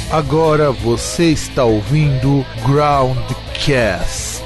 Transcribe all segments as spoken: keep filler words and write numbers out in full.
Agora você está ouvindo Groundcast.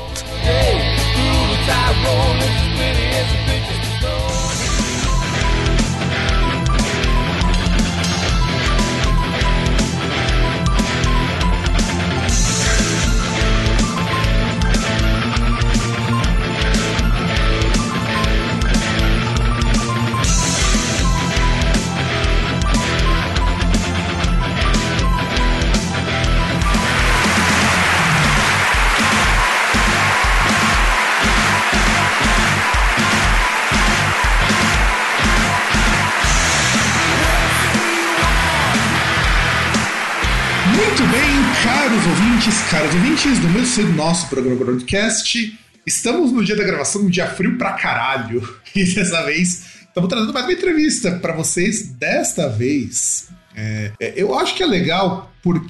Caros ouvintes, caros ouvintes do meu do nosso programa Groundcast, estamos no dia da gravação, um dia frio pra caralho, e dessa vez estamos trazendo mais uma entrevista pra vocês. Desta vez, é, é, eu acho que é legal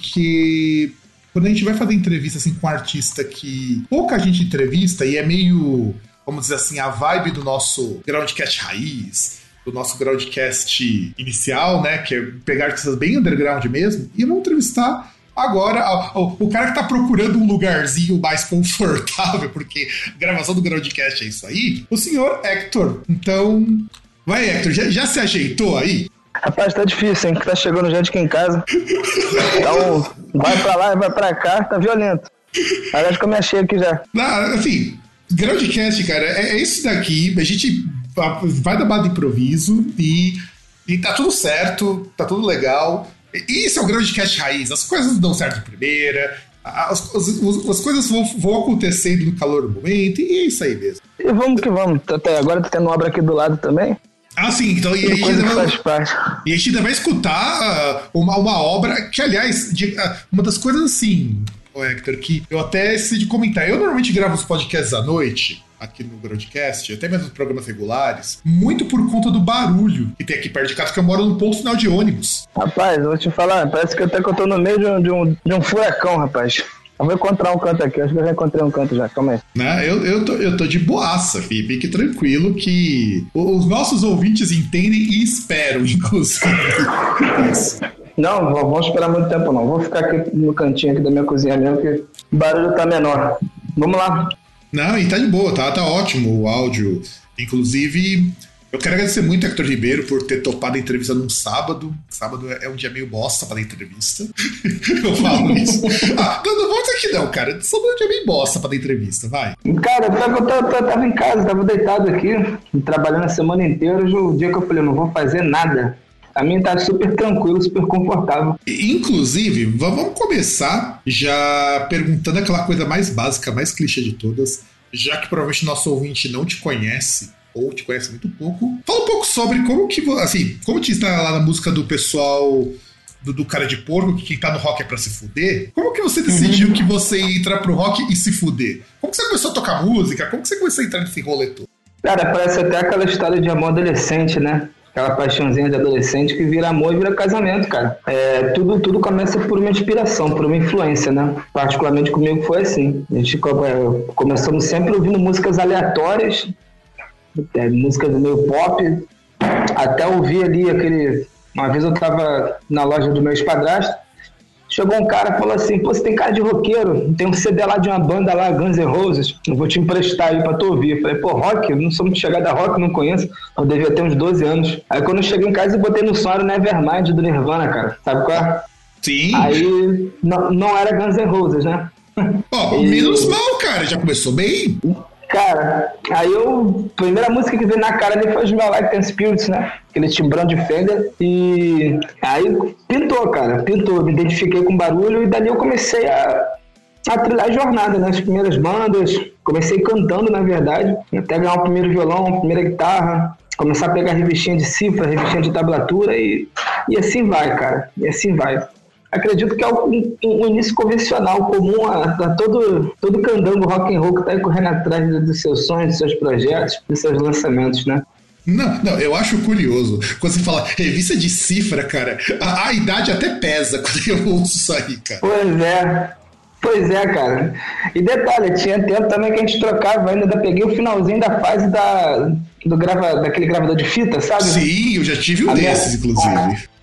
porque quando a gente vai fazer entrevista assim, com um artista que pouca gente entrevista e é meio, vamos dizer assim, a vibe do nosso Groundcast raiz, do nosso Groundcast inicial, né, que é pegar artistas bem underground mesmo, e vamos entrevistar agora o, o cara que tá procurando um lugarzinho mais confortável, porque a gravação do Groundcast é isso aí, o senhor Hector. Então, vai, Hector, já, já se ajeitou aí? Rapaz, tá difícil, hein? Que tá chegando gente aqui em casa. Então, vai pra lá, vai pra cá, tá violento. Aliás, que eu me achei aqui já. Não, assim, Groundcast, cara, é, é isso daqui. A gente vai dar base de improviso e, e tá tudo certo, tá tudo legal. Isso é o Groundcast raiz, as coisas não dão certo de primeira, as, as, as coisas vão, vão acontecendo no calor do momento, e é isso aí mesmo. E vamos que vamos, até agora tá tendo obra aqui do lado também. Ah, sim, então e, e, ainda vai, e a gente ainda vai escutar uh, uma, uma obra que, aliás, de, uh, uma das coisas assim, oh, Hector, que eu até esqueci de comentar, eu normalmente gravo os podcasts à noite, aqui no Groundcast, até mesmo nos programas regulares, muito por conta do barulho que tem aqui perto de casa, que eu moro no ponto final de ônibus. Rapaz, eu vou te falar, parece que até que eu tô no meio de um, de um, de um furacão, rapaz. Eu vou encontrar um canto aqui, acho que eu já encontrei um canto já, calma aí. Não, eu, eu, tô, eu tô de boaça, filho, fique tranquilo que os nossos ouvintes entendem e esperam, inclusive. Isso. Não, não vou esperar muito tempo não, vou ficar aqui no cantinho aqui da minha cozinha mesmo, que o barulho tá menor. Vamos lá. Não, e tá de boa, tá, tá ótimo o áudio. Inclusive, eu quero agradecer muito a Hector Ribeiro por ter topado a entrevista num sábado. Sábado é um dia meio bosta pra dar entrevista. Eu falo isso. Ah, não, não vou dizer que não, cara. Sábado é um dia meio bosta pra dar entrevista, vai. Cara, eu tava, eu tava, eu tava em casa, tava deitado aqui, trabalhando a semana inteira. Hoje o dia que eu falei, não vou fazer nada. A minha tá super tranquilo, super confortável. Inclusive, vamos começar já perguntando aquela coisa mais básica, mais clichê de todas, já que provavelmente nosso ouvinte não te conhece, ou te conhece muito pouco. Fala um pouco sobre como que, assim, como te está lá na música do pessoal do, do Cara de Porco, que quem tá no rock é pra se fuder. Como que você decidiu uhum. que você ia entrar pro rock e se fuder? Como que você começou a tocar música? Como que você começou a entrar nesse rolê todo? Cara, parece até aquela história de amor adolescente, né? Aquela paixãozinha de adolescente que vira amor e vira casamento, cara. É, tudo, tudo começa por uma inspiração, por uma influência, né? Particularmente comigo foi assim. A gente começamos sempre ouvindo músicas aleatórias, é, músicas meio pop, até ouvir ali aquele... Uma vez eu tava na loja do meu ex-padrasto, chegou um cara e falou assim, pô, você tem cara de roqueiro, tem um C D lá de uma banda lá, Guns N' Roses, eu vou te emprestar aí pra tu ouvir. Eu falei, pô, rock? Eu não sou muito chegado a rock, não conheço. Eu devia ter uns doze anos. Aí quando eu cheguei em casa, eu botei no som, era o Nevermind do Nirvana, cara. Sabe qual é? Sim. Aí não, não era Guns N' Roses, né? Ó, e... menos mal, cara, já começou bem. Cara, aí eu... A primeira música que veio na cara ali foi Smell Like Teen Spirits, né? Aquele timbrão de Fender. E aí pintou, cara, pintou. Me identifiquei com o barulho e dali eu comecei a, a trilhar a jornada, né? As primeiras bandas. Comecei cantando, na verdade. Até ganhar o primeiro violão, a primeira guitarra. Começar a pegar revistinha de cifra, revistinha de tablatura e, e assim vai, cara. E assim vai. Acredito que é um, um início convencional, comum a, a todo, todo candango rock and roll que está aí correndo atrás dos seus sonhos, dos seus projetos, dos seus lançamentos, né? Não, não, eu acho curioso. Quando você fala revista de cifra, cara, a, a idade até pesa quando eu ouço isso aí, cara. Pois é. Pois é, cara. E detalhe, tinha tempo também que a gente trocava ainda, ainda peguei o finalzinho da fase da, do grava, daquele gravador de fita, sabe? Sim, eu já tive um a desses, minha, inclusive.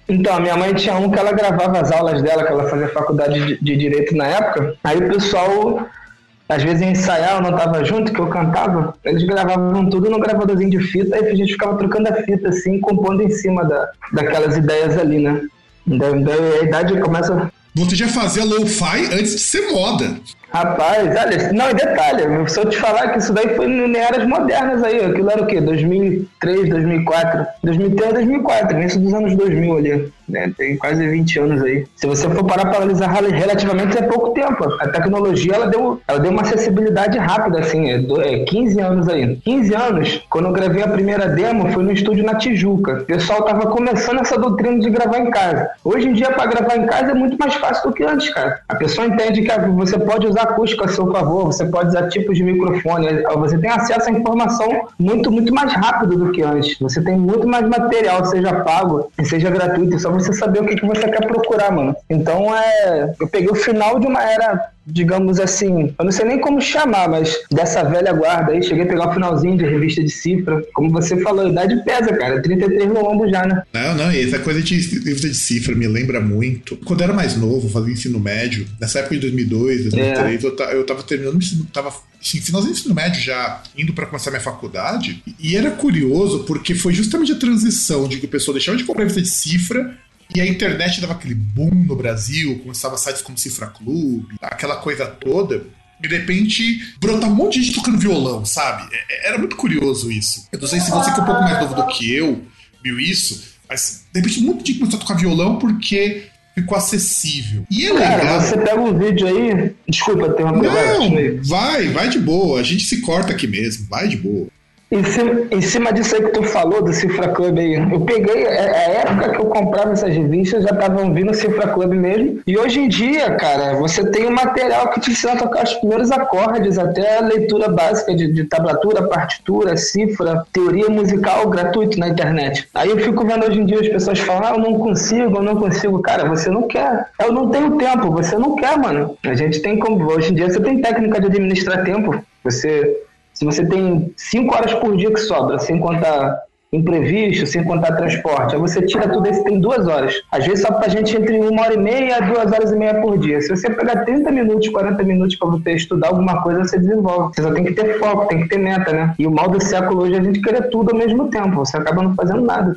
Então, a minha mãe tinha um que ela gravava as aulas dela, que ela fazia faculdade de, de Direito na época. Aí o pessoal, às vezes, ia ensaiar, eu não tava junto, que eu cantava. Eles gravavam tudo no gravadorzinho de fita, aí a gente ficava trocando a fita, assim, compondo em cima da, daquelas ideias ali, né? Daí, daí a idade começa... Você já fazia lo-fi antes de ser moda. Rapaz, olha, não, e detalhe, se eu te falar que isso daí foi em eras modernas aí, aquilo era o quê? dois mil e três, dois mil e quatro? dois mil e três, dois mil e quatro, início dos anos dois mil ali, né? Tem quase vinte anos aí. Se você for parar para analisar relativamente é pouco tempo. A tecnologia, ela deu, ela deu uma acessibilidade rápida, assim, é, do, é quinze anos aí. quinze anos, quando eu gravei a primeira demo, foi no estúdio na Tijuca. O pessoal tava começando essa doutrina de gravar em casa. Hoje em dia, para gravar em casa é muito mais fácil do que antes, cara. A pessoa entende que você pode usar acústica a seu favor, você pode usar tipos de microfone, você tem acesso à informação muito, muito mais rápido do que antes. Você tem muito mais material, seja pago e seja gratuito, é só você saber o que, que você quer procurar, mano. Então, é, eu peguei o final de uma era, digamos assim, eu não sei nem como chamar, mas dessa velha guarda aí, cheguei a pegar o finalzinho de revista de cifra. Como você falou, a idade pesa, cara, trinta e três no lombo já, né? Não, não, e essa coisa de revista de cifra me lembra muito. Quando eu era mais novo, fazia ensino médio, nessa época de dois mil e dois, dois mil e três, é. eu, eu tava terminando o ensino, tava assim, finalzinho do ensino médio já, indo pra começar minha faculdade, e era curioso porque foi justamente a transição de que o pessoal deixava de comprar revista de cifra e a internet dava aquele boom no Brasil, começava sites como Cifra Clube, aquela coisa toda, e de repente brota um monte de gente tocando violão, sabe? Era muito curioso isso. Eu não sei se você que é um pouco mais novo do que eu viu isso, mas de repente um monte de gente começou a tocar violão porque ficou acessível. E é legal. Cara, você pega um vídeo aí... Desculpa ter uma pergunta. Não, vai, vai de boa. A gente se corta aqui mesmo, vai de boa. Em cima, em cima disso aí que tu falou do Cifra Club aí, eu peguei, a, a época que eu comprava essas revistas já estavam vindo o Cifra Club mesmo, e hoje em dia, cara, você tem um material que te ensina a tocar os primeiros acordes, até a leitura básica de, de tablatura, partitura, cifra, teoria musical gratuito na internet. Aí eu fico vendo hoje em dia as pessoas falam, ah, eu não consigo, eu não consigo. Cara, você não quer. Eu não tenho tempo, você não quer, mano. A gente tem como, hoje em dia você tem técnica de administrar tempo, você... Se você tem cinco horas por dia que sobra, sem contar imprevisto, sem contar transporte, aí você tira tudo isso, tem duas horas. Às vezes só pra gente entre uma hora e meia a duas horas e meia por dia. Se você pegar trinta minutos, quarenta minutos pra você estudar alguma coisa, você desenvolve. Você só tem que ter foco, tem que ter meta, né? E o mal do século hoje é a gente querer tudo ao mesmo tempo. Você acaba não fazendo nada.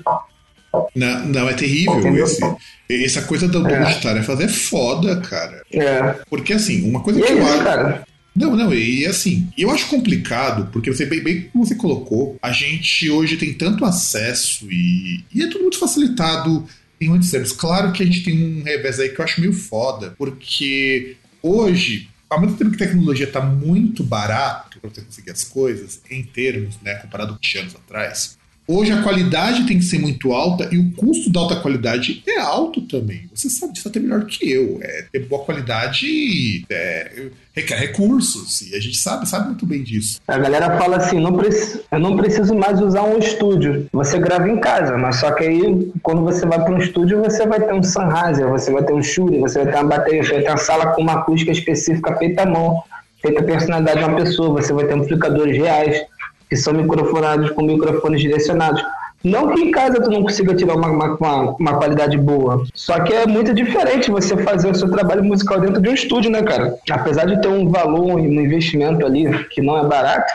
Não, não é terrível. Esse, essa coisa do é. de tarefas é foda, cara. É. Porque assim, uma coisa e que é eu isso, acho... cara. Não, não, e assim, eu acho complicado, porque você, bem, bem como você colocou, a gente hoje tem tanto acesso e, e é tudo muito facilitado em muitos termos. Claro que a gente tem um revés aí que eu acho meio foda, porque hoje, ao mesmo tempo que a tecnologia tá muito barato para você conseguir as coisas, em termos, né, comparado com vinte anos atrás, hoje a qualidade tem que ser muito alta e o custo da alta qualidade é alto também. Você sabe disso até melhor que eu. É, ter boa qualidade é, requer recursos e a gente sabe, sabe muito bem disso. A galera fala assim, não preci- eu não preciso mais usar um estúdio. Você grava em casa, mas só que aí quando você vai para um estúdio você vai ter um Sennheiser, você vai ter um Shure, você vai ter uma bateria, você vai ter uma sala com uma acústica específica feita à mão, feita a personalidade de uma pessoa, você vai ter amplificadores reais, que são microfonados com microfones direcionados. Não que em casa tu não consiga tirar uma, uma, uma qualidade boa, só que é muito diferente você fazer o seu trabalho musical dentro de um estúdio, né, cara? Apesar de ter um valor, um investimento ali que não é barato,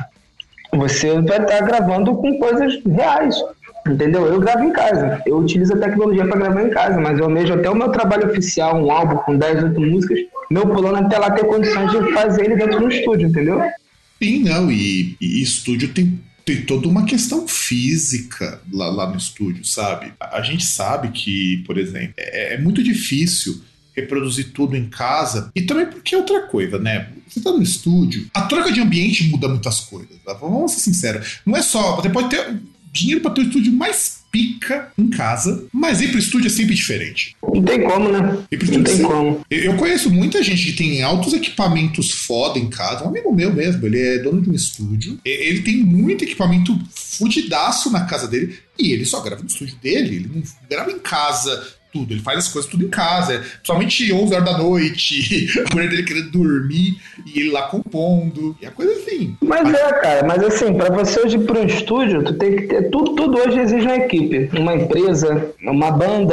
você vai estar gravando com coisas reais, entendeu? Eu gravo em casa, eu utilizo a tecnologia para gravar em casa, mas eu mesmo até o meu trabalho oficial, um álbum com dez, oito músicas, meu plano até lá ter condições de fazer ele dentro do estúdio, entendeu? Sim, não, e, e estúdio tem, tem toda uma questão física lá, lá no estúdio, sabe? A, a gente sabe que, por exemplo, é, é muito difícil reproduzir tudo em casa, e também porque é outra coisa, né? Você tá no estúdio, a troca de ambiente muda muitas coisas, tá? Vamos ser sinceros, não é só, você pode ter dinheiro para ter o estúdio mais pica em casa, mas ir pro estúdio é sempre diferente. Não tem como, né? Não tem como. Eu conheço muita gente que tem altos equipamentos foda em casa. Um amigo meu mesmo, ele é dono de um estúdio. Ele tem muito equipamento fudidaço na casa dele e ele só grava no estúdio dele. Ele não grava em casa tudo. Ele faz as coisas tudo em casa. Principalmente onze horas da noite, a mulher dele querendo dormir e ele lá compondo. E a coisa assim. Mas mas... é, cara. Mas assim, pra você hoje ir pra um estúdio, tu tem que ter... Tudo, tudo hoje exige uma equipe. Uma empresa, uma banda,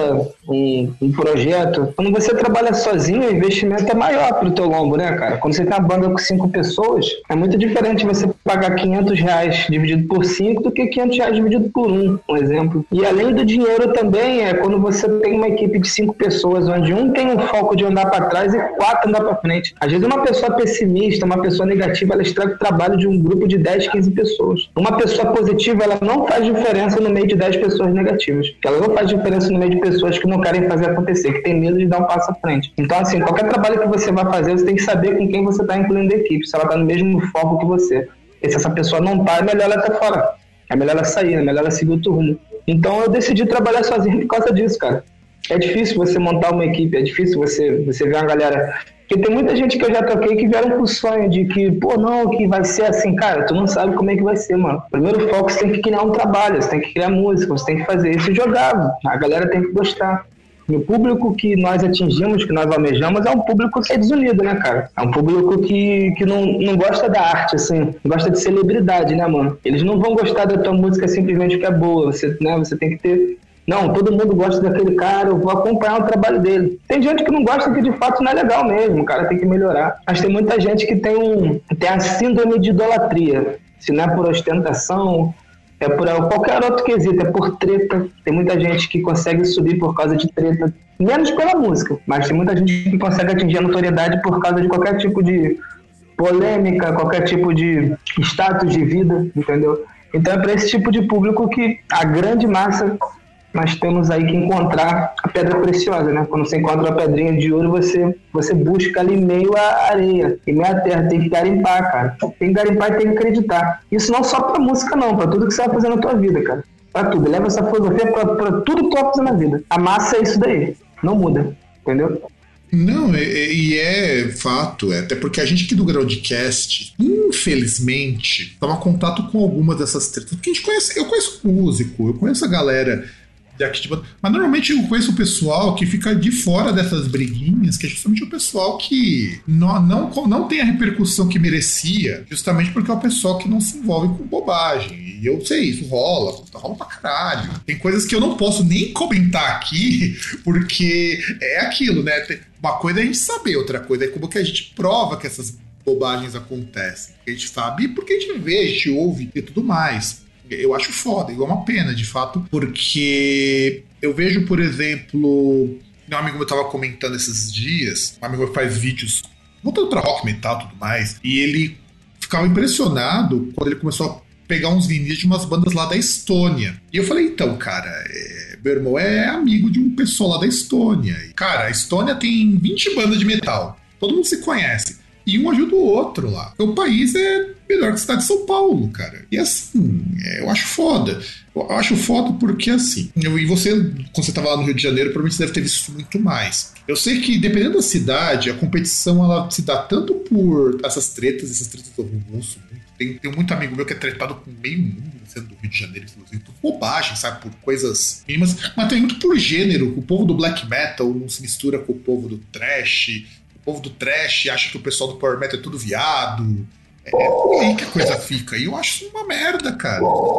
um, um projeto. Quando você trabalha sozinho, o investimento é maior pro teu lombo, né, cara? Quando você tem uma banda com cinco pessoas, é muito diferente você pagar quinhentos reais dividido por cinco do que quinhentos reais dividido por um, um exemplo. E além do dinheiro também, é quando você tem uma equipe de cinco pessoas, onde um tem um foco de andar para trás e quatro andar para frente. Às vezes uma pessoa pessimista, uma pessoa negativa, ela estraga o trabalho de um grupo de dez, quinze pessoas. Uma pessoa positiva, ela não faz diferença no meio de dez pessoas negativas. Ela não faz diferença no meio de pessoas que não querem fazer acontecer, que tem medo de dar um passo à frente. Então, assim, qualquer trabalho que você vai fazer, você tem que saber com quem você está incluindo a equipe, se ela está no mesmo foco que você. E se essa pessoa não está, é melhor ela estar fora. É melhor ela sair, é melhor ela seguir outro rumo. Então, eu decidi trabalhar sozinho por causa disso, cara. É difícil você montar uma equipe, é difícil você, você ver uma galera... Porque tem muita gente que eu já toquei que vieram com o sonho de que, pô, não, que vai ser assim. Cara, tu não sabe como é que vai ser, mano. Primeiro foco, você tem que criar um trabalho, você tem que criar música, você tem que fazer isso e jogar. A galera tem que gostar. E o público que nós atingimos, que nós almejamos, é um público que é desunido, né, cara? É um público que, que não, não gosta da arte, assim, gosta de celebridade, né, mano? Eles não vão gostar da tua música simplesmente porque é boa, você, né, você tem que ter... Não, todo mundo gosta daquele cara, eu vou acompanhar o trabalho dele. Tem gente que não gosta, que de fato não é legal mesmo, o cara tem que melhorar. Mas tem muita gente que tem, um, tem a síndrome de idolatria. Se não é por ostentação, é por qualquer outro quesito, é por treta. Tem muita gente que consegue subir por causa de treta, menos pela música, mas tem muita gente que consegue atingir a notoriedade por causa de qualquer tipo de polêmica, qualquer tipo de status de vida, entendeu? Então é para esse tipo de público que a grande massa... nós temos aí que encontrar a pedra preciosa, né? Quando você encontra uma pedrinha de ouro, você, você busca ali meio a areia, e meio a terra, tem que garimpar, cara. Tem que garimpar e tem que acreditar. Isso não só pra música, não, pra tudo que você vai fazer na tua vida, cara. Pra tudo. Leva essa filosofia pra, pra tudo que tu vai fazer na vida. A massa é isso daí. Não muda, entendeu? Não, e, e é fato, é, até porque a gente aqui do Groundcast, infelizmente, toma contato com algumas dessas tretas, porque a gente conhece, eu conheço músico, eu conheço a galera daqui de... mas normalmente eu conheço o pessoal que fica de fora dessas briguinhas, que é justamente o pessoal que não, não, não tem a repercussão que merecia, justamente porque é o pessoal que não se envolve com bobagem. E eu sei, isso rola, rola pra caralho. Tem coisas que eu não posso nem comentar aqui, porque é aquilo, né? Uma coisa é a gente saber, outra coisa é como que a gente prova que essas bobagens acontecem. A gente sabe porque a gente vê, a gente ouve e tudo mais. Eu acho foda, é uma pena, de fato, porque eu vejo, por exemplo, um amigo meu tava comentando esses dias, um amigo meu faz vídeos voltando pra rock metal e tudo mais, e ele ficava impressionado quando ele começou a pegar uns vinis de umas bandas lá da Estônia. E eu falei, então, cara, é, meu irmão é amigo de um pessoal lá da Estônia. E, cara, a Estônia tem vinte bandas de metal, todo mundo se conhece. E um ajuda o outro lá. O país é melhor que a cidade de São Paulo, cara. E assim, é, eu acho foda. Eu acho foda porque assim... Eu, e você, quando você tava lá no Rio de Janeiro, provavelmente você deve ter visto isso muito mais. Eu sei que, dependendo da cidade, a competição ela se dá tanto por essas tretas, essas tretas do russo. Tem, tem muito amigo meu que é tretado com meio mundo, sendo do Rio de Janeiro, inclusive, por bobagem, sabe? Por coisas mínimas. Mas tem muito por gênero. O povo do black metal não se mistura com o povo do thrash. O povo do trash acha que o pessoal do power metal é tudo viado. É, é por aí que a coisa fica. E eu acho isso uma merda, cara.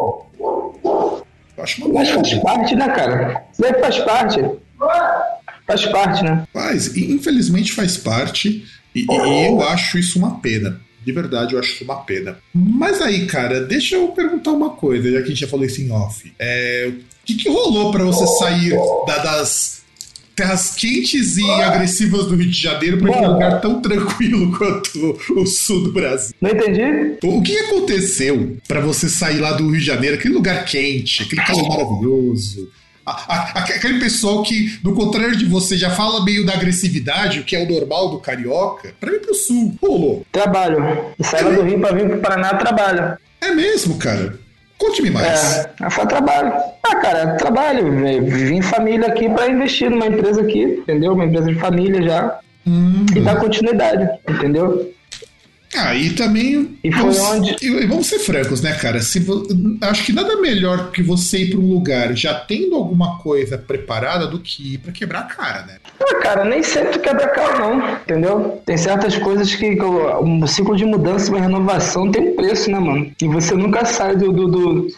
Eu acho uma Mas merda. faz parte, né, cara? Isso daí faz parte. Faz parte, né? Faz. E, infelizmente faz parte. E, e eu acho isso uma pena. De verdade, eu acho isso uma pena. Mas aí, cara, deixa eu perguntar uma coisa, já que a gente já falou isso em off. É, o que, que rolou pra você sair da, das... terras quentes e agressivas do Rio de Janeiro para um lugar tão tranquilo quanto o sul do Brasil? Não entendi? O que aconteceu para você sair lá do Rio de Janeiro, aquele lugar quente, aquele calor maravilhoso, a, a, aquele pessoal que, no contrário de você, já fala meio da agressividade, o que é o normal do carioca, para ir pro sul? Rolou. Trabalho. Sai lá do Rio para vir pro Paraná, trabalho. É mesmo, cara? Conte-me mais. É, foi trabalho. Ah, cara, trabalho. Vim em família aqui pra investir numa empresa aqui, entendeu? Uma empresa de família já. Hum. E dar continuidade, entendeu? Ah, e também... E foi vamos, onde... E vamos ser francos, né, cara? Se, acho que nada melhor que você ir pra um lugar já tendo alguma coisa preparada do que ir pra quebrar a cara, né? Ah, cara, nem sempre quebra a cara, não, entendeu? Tem certas coisas que... Um ciclo de mudança, uma renovação tem um preço, né, mano? E você nunca sai do... do, do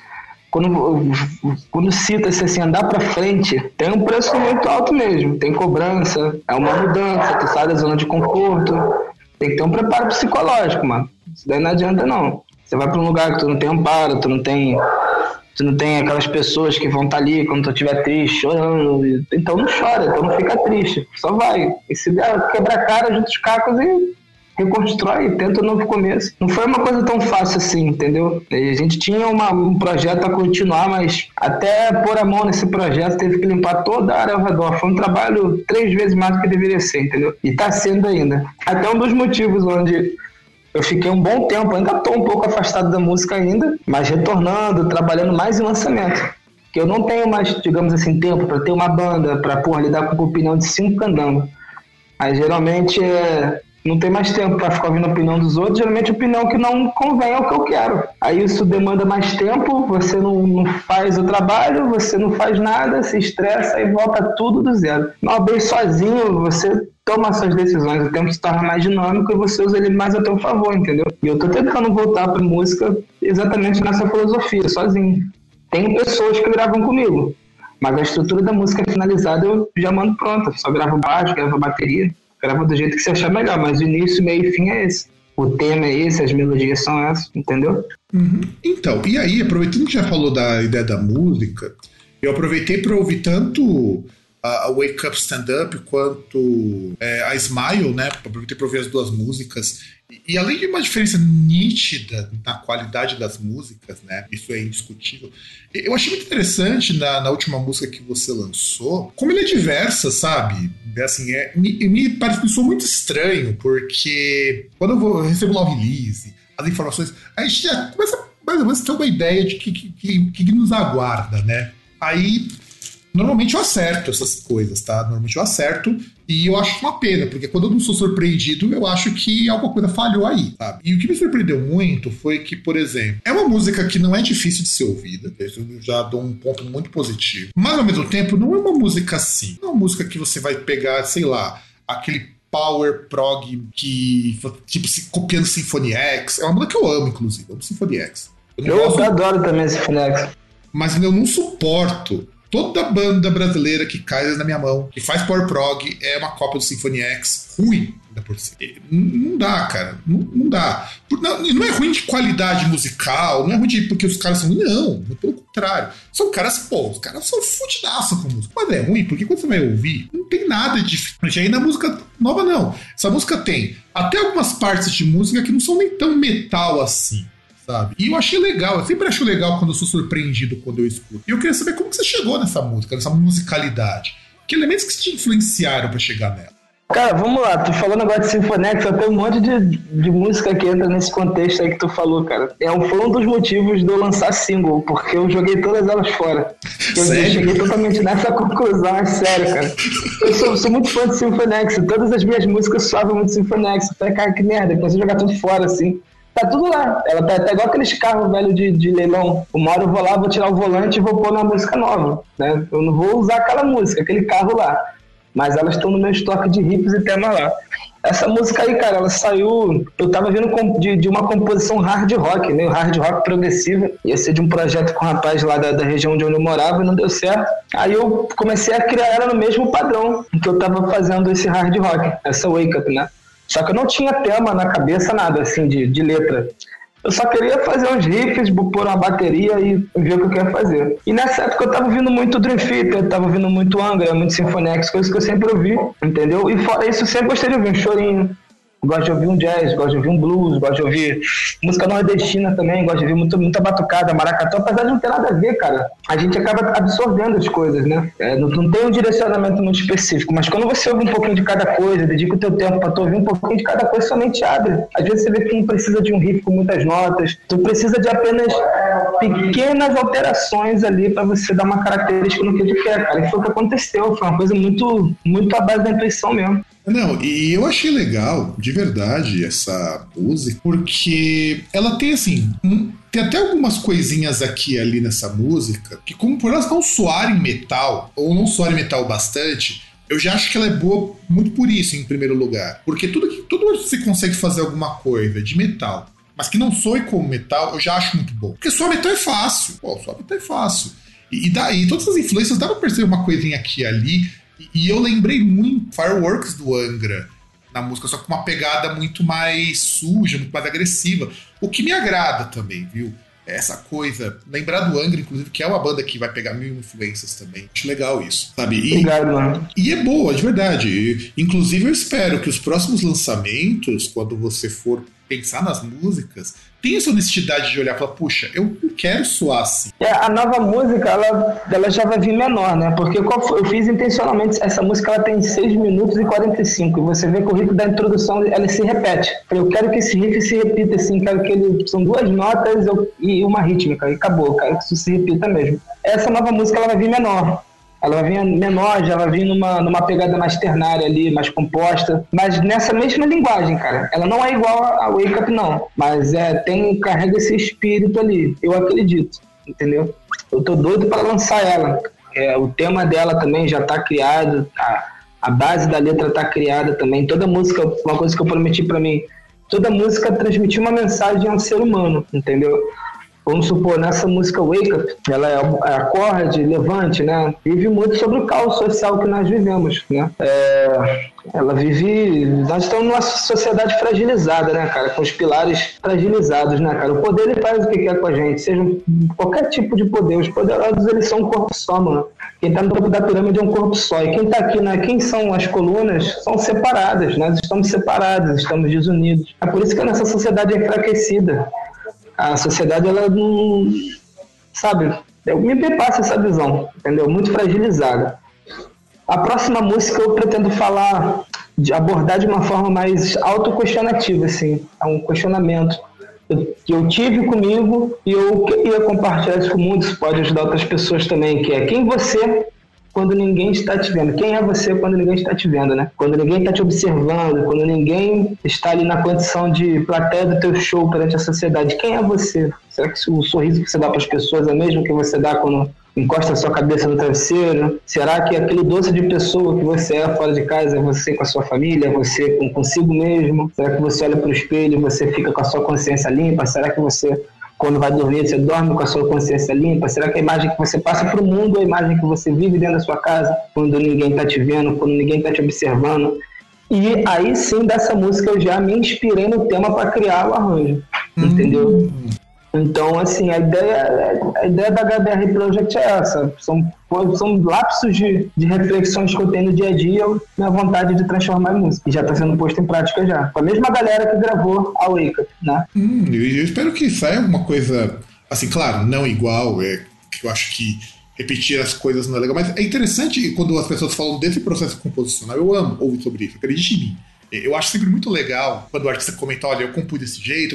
quando, quando cita-se assim, andar pra frente, tem um preço muito alto mesmo. Tem cobrança, é uma mudança, tu sai da zona de conforto. Tem que ter um preparo psicológico, mano. Isso daí não adianta, não. Você vai pra um lugar que tu não tem amparo, tu não tem... Tu não tem aquelas pessoas que vão estar ali quando tu estiver triste, chorando. Então não chora, então não fica triste. Só vai. E se der quebra a cara, junta os cacos e reconstrói, tenta um novo começo. Não foi uma coisa tão fácil assim, entendeu? A gente tinha uma, um projeto a continuar, mas até pôr a mão nesse projeto teve que limpar toda a área ao redor. Foi um trabalho três vezes mais do que deveria ser, entendeu? E tá sendo ainda. Até um dos motivos onde... eu fiquei um bom tempo, ainda estou um pouco afastado da música ainda, mas retornando, trabalhando mais em lançamento. Porque eu não tenho mais, digamos assim, tempo para ter uma banda, para lidar com a opinião de cinco candangos. Aí geralmente é, não tem mais tempo para ficar ouvindo a opinião dos outros, geralmente a opinião que não convém é o que eu quero. Aí isso demanda mais tempo, você não, não faz o trabalho, você não faz nada, se estressa e volta tudo do zero. Uma vez sozinho, você... toma suas decisões, o tempo se torna mais dinâmico e você usa ele mais a teu favor, entendeu? E eu tô tentando voltar pra música exatamente nessa filosofia, sozinho. Tem pessoas que gravam comigo, mas a estrutura da música finalizada eu já mando pronta. Só gravo baixo, gravo bateria, gravo do jeito que você achar melhor, mas o início, meio e fim é esse. O tema é esse, as melodias são essas, entendeu? Uhum. Então, e aí, aproveitando que já falou da ideia da música, eu aproveitei para ouvir tanto... a Wake Up Stand Up quanto é, a Smile, né? Aproveitei para ouvir as duas músicas. E, e além de uma diferença nítida na qualidade das músicas, né? Isso é indiscutível. Eu achei muito interessante na, na última música que você lançou, como ele é diversa, sabe? Assim, é, me, me pareceu muito estranho, porque quando eu, vou, eu recebo lá o release, as informações, a gente já começa mais ou menos a ter uma ideia de que, que, que, que nos aguarda, né? Aí... normalmente eu acerto essas coisas, tá? Normalmente eu acerto e eu acho uma pena, porque quando eu não sou surpreendido, eu acho que alguma coisa falhou aí, sabe? E o que me surpreendeu muito foi que, por exemplo, é uma música que não é difícil de ser ouvida, eu já dou um ponto muito positivo, mas ao mesmo tempo não é uma música assim, não é uma música que você vai pegar, sei lá, aquele power prog que, tipo, se copiando Symphony X, é uma música que eu amo, inclusive, eu amo Symphony X. Eu, eu gosto, adoro também Symphony X. Mas eu não suporto. Toda banda brasileira que cai na minha mão, que faz power prog, é uma cópia do Symphony X ruim, ainda por cima. Não dá, cara. Não, não dá. Não, não é ruim de qualidade musical, não é ruim de, porque os caras são... Não, pelo contrário. São caras, pô, os caras são fudidaço com música. Mas é ruim, porque quando você vai ouvir, não tem nada de diferente. Aí na música nova, não. Essa música tem até algumas partes de música que não são nem tão metal assim. Sabe? E eu achei legal, eu sempre acho legal quando eu sou surpreendido quando eu escuto. E eu queria saber como que você chegou nessa música, nessa musicalidade. Que elementos que te influenciaram pra chegar nela? Cara, vamos lá, tu falou negócio de Symphony X, tem um monte de, de música que entra nesse contexto aí que tu falou, cara. É um, foi um dos motivos de eu lançar single, porque eu joguei todas elas fora. Eu sério? cheguei totalmente nessa conclusão, é sério, cara. Eu sou, sou muito fã de Symphony X, todas as minhas músicas soavam muito Symphony X. Eu falei, cara, que merda, eu comecei a jogar tudo fora, assim. Tá tudo lá, ela tá, tá igual aqueles carros velhos de, de leilão. Uma hora eu vou lá, vou tirar o volante e vou pôr uma música nova, né? Eu não vou usar aquela música, aquele carro lá, mas elas estão no meu estoque de riffs e tema lá. Essa música aí, cara, ela saiu... Eu tava vindo de, de uma composição hard rock, né? Hard rock progressiva. Ia ser de um projeto com um rapaz lá da, da região de onde eu morava e não deu certo. Aí eu comecei a criar ela no mesmo padrão que eu tava fazendo esse hard rock, essa Wake Up, né? Só que eu não tinha tema na cabeça, nada assim de, de letra. Eu só queria fazer uns riffs, pôr uma bateria e ver o que eu queria fazer. E nessa época eu tava ouvindo muito Dream Theater, eu tava ouvindo muito Angra, muito Symphony X, coisas que eu sempre ouvi, entendeu? E fora isso eu sempre gostei de ouvir um chorinho, gosto de ouvir um jazz, gosto de ouvir um blues, gosto de ouvir música nordestina também, gosto de ouvir muito, muita batucada, maracatu, apesar de não ter nada a ver, cara. A gente acaba absorvendo as coisas, né? É, não, não tem um direcionamento muito específico, mas quando você ouve um pouquinho de cada coisa, dedica o teu tempo pra tu ouvir um pouquinho de cada coisa, sua mente abre. Às vezes você vê que não precisa de um riff com muitas notas, tu precisa de apenas pequenas alterações ali pra você dar uma característica no que tu quer, cara. E foi o que aconteceu, foi uma coisa muito, muito à base da intuição mesmo. Não, e eu achei legal, de verdade, essa música, porque ela tem, assim, um, tem até algumas coisinhas aqui e ali nessa música, que como por elas não soarem metal, ou não soarem metal bastante, eu já acho que ela é boa muito por isso, em primeiro lugar. Porque tudo que, tudo que você consegue fazer alguma coisa de metal, mas que não soe como metal, eu já acho muito bom. Porque só metal é fácil. Pô, só metal é fácil. E, e daí, todas as influências, dá pra perceber uma coisinha aqui e ali. E, e eu lembrei muito Fireworks do Angra na música, só com uma pegada muito mais suja, muito mais agressiva. O que me agrada também, viu? Essa coisa, lembrar do Angra, inclusive, que é uma banda que vai pegar mil influências também. Acho legal isso, sabe? E, Obrigado, mano. E é boa, de verdade. E, inclusive, eu espero que os próximos lançamentos, quando você for pensar nas músicas, tenha essa honestidade de olhar e falar, puxa, eu não quero soar assim. É, a nova música, ela, ela já vai vir menor, né? Porque qual foi? Eu fiz intencionalmente, essa música ela tem seis minutos e quarenta e cinco, e você vê que o riff da introdução, ela se repete. Eu quero que esse riff se repita, assim, quero que ele, são duas notas eu, e uma rítmica, e acabou, eu quero que isso se repita mesmo. Essa nova música, ela vai vir menor. Ela vai vir menor, já vai vir numa, numa pegada mais ternária ali, mais composta, mas nessa mesma linguagem, cara. Ela não é igual a Wake Up, não, mas é, tem, carrega esse espírito ali, eu acredito, entendeu? Eu tô doido para lançar ela. É, o tema dela também já tá criado, a, a base da letra tá criada também. Toda música, uma coisa que eu prometi para mim, toda música transmitir uma mensagem a um ser humano, entendeu? Vamos supor, nessa música Wake Up, ela é acorde, levante, né? Vive muito sobre o caos social que nós vivemos, né? É, ela vive... Nós estamos numa sociedade fragilizada, né, cara? Com os pilares fragilizados, né, cara? O poder, ele faz o que quer com a gente, seja qualquer tipo de poder. Os poderosos, eles são um corpo só, mano. Quem tá no topo da pirâmide é um corpo só. E quem tá aqui, né? Quem são as colunas? São separadas. Nós estamos separados, estamos desunidos. É por isso que a nossa sociedade é enfraquecida. A sociedade, ela não... Sabe? Eu me passa essa visão, entendeu? Muito fragilizada. A próxima música eu pretendo falar, de abordar de uma forma mais autoquestionativa, assim. É um questionamento que eu tive comigo e eu queria compartilhar isso com o mundo. Isso pode ajudar outras pessoas também, que é quem você... quando ninguém está te vendo. Quem é você quando ninguém está te vendo, né? Quando ninguém está te observando, quando ninguém está ali na condição de plateia do teu show perante a sociedade. Quem é você? Será que o sorriso que você dá para as pessoas é o mesmo que você dá quando encosta a sua cabeça no travesseiro? Será que aquele doce de pessoa que você é fora de casa é você com a sua família, é você com consigo mesmo? Será que você olha para o espelho e você fica com a sua consciência limpa? Será que você... quando vai dormir, você dorme com a sua consciência limpa? Será que a imagem que você passa para o mundo é a imagem que você vive dentro da sua casa, quando ninguém está te vendo, quando ninguém está te observando? E aí sim, dessa música, eu já me inspirei no tema para criar o arranjo, hum. entendeu? Então, assim, a ideia, a ideia da H B R Project é essa. São, são lapsos de, de reflexões que eu tenho no dia a dia, minha vontade de transformar em música. E já está sendo posto em prática já. Com a mesma galera que gravou a Wake Up, né? Hum, eu, eu espero que saia alguma coisa, assim, claro, não igual. É, eu acho que repetir as coisas não é legal. Mas é interessante quando as pessoas falam desse processo composicional. Eu amo ouvir sobre isso, acredite em mim. Eu acho sempre muito legal quando o artista comenta, olha, eu compus desse jeito...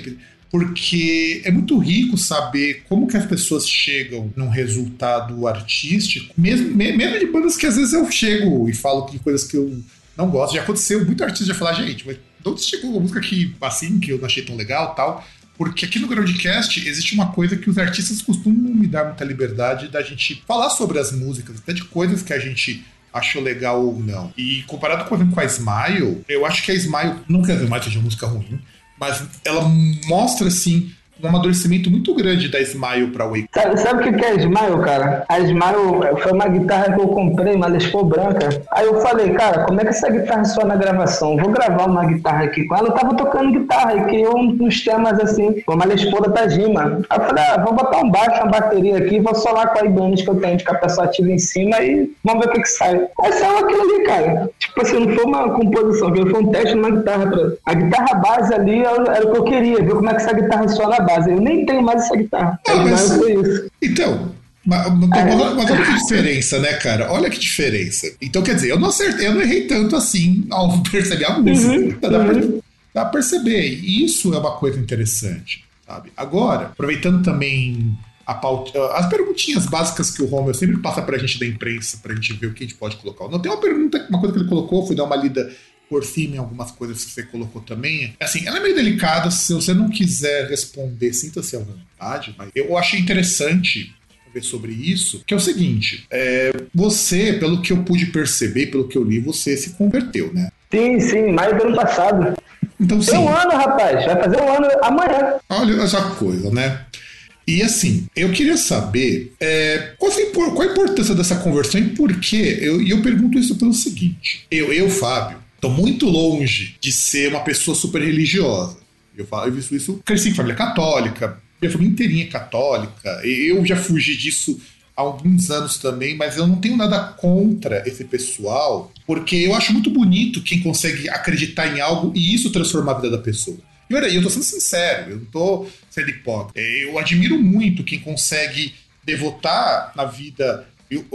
porque é muito rico saber como que as pessoas chegam num resultado artístico, mesmo, mesmo de bandas que às vezes eu chego e falo de coisas que eu não gosto. Já aconteceu, muito artista já falar, gente, mas de onde chegou uma música que, assim, que eu não achei tão legal, tal? Porque aqui no Groundcast existe uma coisa que os artistas costumam me dar muita liberdade da gente falar sobre as músicas, até de coisas que a gente achou legal ou não. E comparado, por exemplo, com a Smile, eu acho que a Smile, não quer dizer mais que seja uma música ruim, mas ela mostra, assim, um amadurecimento muito grande da Smile pra Wake. Sabe, sabe o que é a Smile, cara? A Smile foi uma guitarra que eu comprei, uma Les Paul branca. Aí eu falei, cara, como é que essa guitarra soa na gravação? Vou gravar uma guitarra aqui com ela. Eu tava tocando guitarra e criou uns temas assim, uma Les Paul da Tajima. Aí eu falei, ah, vou botar um baixo, uma bateria aqui, vou solar com a Ibanez que eu tenho de cabeça ativa em cima e vamos ver o que que sai. Aí saiu aquilo ali, cara. Tipo assim, não foi uma composição, foi um teste numa guitarra. Pra... A guitarra base ali era o que eu queria, ver como é que essa guitarra soa na base. Eu nem tenho mais essa guitarra. Ah, mas... foi isso. Então, mas, mas, mas olha que diferença, né, cara? Olha que diferença. Então, quer dizer, eu não acertei, eu não errei tanto assim ao perceber a música. Uhum, dá, uhum. Pra, dá pra perceber. E isso é uma coisa interessante, sabe? Agora, aproveitando também a pauta, as perguntinhas básicas que o Romulo sempre passa pra gente da imprensa, pra gente ver o que a gente pode colocar. Não tem uma pergunta, uma coisa que ele colocou, fui dar uma lida por cima em algumas coisas que você colocou também. Assim, ela é meio delicada, se você não quiser responder, sinta-se à vontade, mas eu achei interessante ver sobre isso, que é o seguinte, é, você, pelo que eu pude perceber, pelo que eu li, você se converteu, né? Sim, sim, maio do ano passado. Então, sim. Tem um ano, rapaz. Vai fazer um ano amanhã. Olha essa coisa, né? E assim, eu queria saber é, qual, qual a importância dessa conversão e por quê? Eu, e eu pergunto isso pelo seguinte. Eu, eu Fábio, tô muito longe de ser uma pessoa super religiosa. Eu falo, eu visto isso, cresci em família católica, minha família inteirinha é católica. Eu já fugi disso há alguns anos também, mas eu não tenho nada contra esse pessoal, porque eu acho muito bonito quem consegue acreditar em algo e isso transformar a vida da pessoa. E olha aí, eu tô sendo sincero, eu não tô sendo hipócrita. Eu admiro muito quem consegue devotar na vida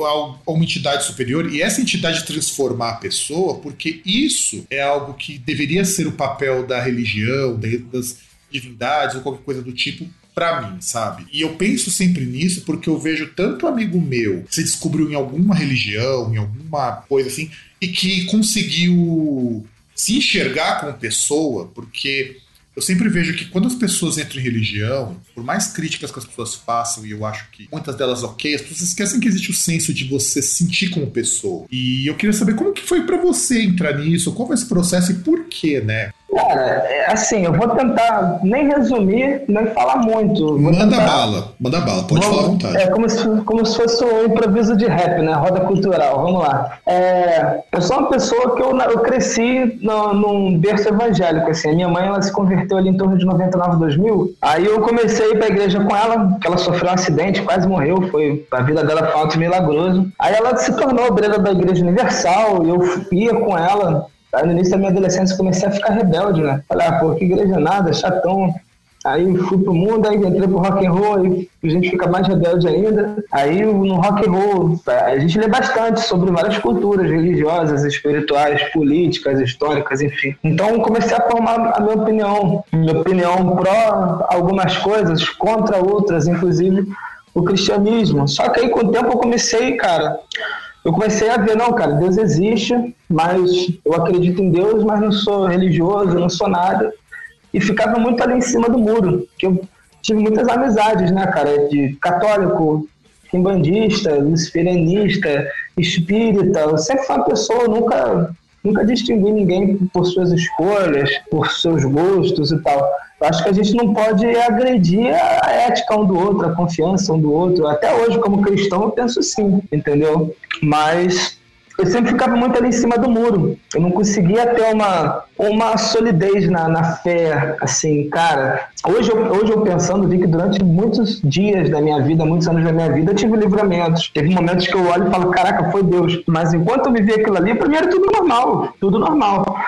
a uma entidade superior e essa entidade transformar a pessoa, porque isso é algo que deveria ser o papel da religião, das divindades ou qualquer coisa do tipo, pra mim, sabe? E eu penso sempre nisso porque eu vejo tanto amigo meu que se descobriu em alguma religião, em alguma coisa assim, e que conseguiu se enxergar como pessoa, porque eu sempre vejo que quando as pessoas entram em religião, por mais críticas que as pessoas façam, e eu acho que muitas delas ok, as pessoas esquecem que existe o senso de você se sentir como pessoa. E eu queria saber como que foi pra você entrar nisso, qual foi esse processo e por quê, né? Cara, é assim, eu vou tentar nem resumir, nem falar muito. Vou manda tentar... bala, manda bala, pode Vamos, falar à vontade. É como se, como se fosse um improviso de rap, né? Roda cultural, vamos lá. É, eu sou uma pessoa que eu, eu cresci no, num berço evangélico, assim. A minha mãe, ela se converteu ali em torno de noventa e nove, dois mil. Aí eu comecei a ir pra igreja com ela, que ela sofreu um acidente, quase morreu, foi, a vida dela foi um ato milagroso. Aí ela se tornou obreira da Igreja Universal, e eu ia com ela. Aí no início da minha adolescência eu comecei a ficar rebelde, né? Falei, ah, pô, que igreja nada, chatão. Aí fui pro mundo, aí entrei pro rock and roll, aí a gente fica mais rebelde ainda. Aí no rock and roll a gente lê bastante sobre várias culturas religiosas, espirituais, políticas, históricas, enfim. Então comecei a formar a minha opinião, minha opinião pró algumas coisas, contra outras, inclusive o cristianismo. Só que aí com o tempo eu comecei, cara... Eu comecei a ver, não, cara, Deus existe, mas eu acredito em Deus, mas não sou religioso, não sou nada. E ficava muito ali em cima do muro, que eu tive muitas amizades, né, cara, de católico, quimbandista, luciferianista, espírita. Eu sempre fui uma pessoa, nunca, nunca distingui ninguém por suas escolhas, por seus gostos e tal. Eu acho que a gente não pode agredir a ética um do outro, a confiança um do outro. Até hoje, como cristão, eu penso sim, entendeu? Mas eu sempre ficava muito ali em cima do muro. Eu não conseguia ter uma, uma solidez na, na fé, assim, cara. Hoje eu, hoje eu pensando, vi que durante muitos dias da minha vida, muitos anos da minha vida, eu tive livramentos. Teve momentos que eu olho e falo, caraca, foi Deus. Mas enquanto eu vivia aquilo ali, pra mim era tudo normal, tudo normal.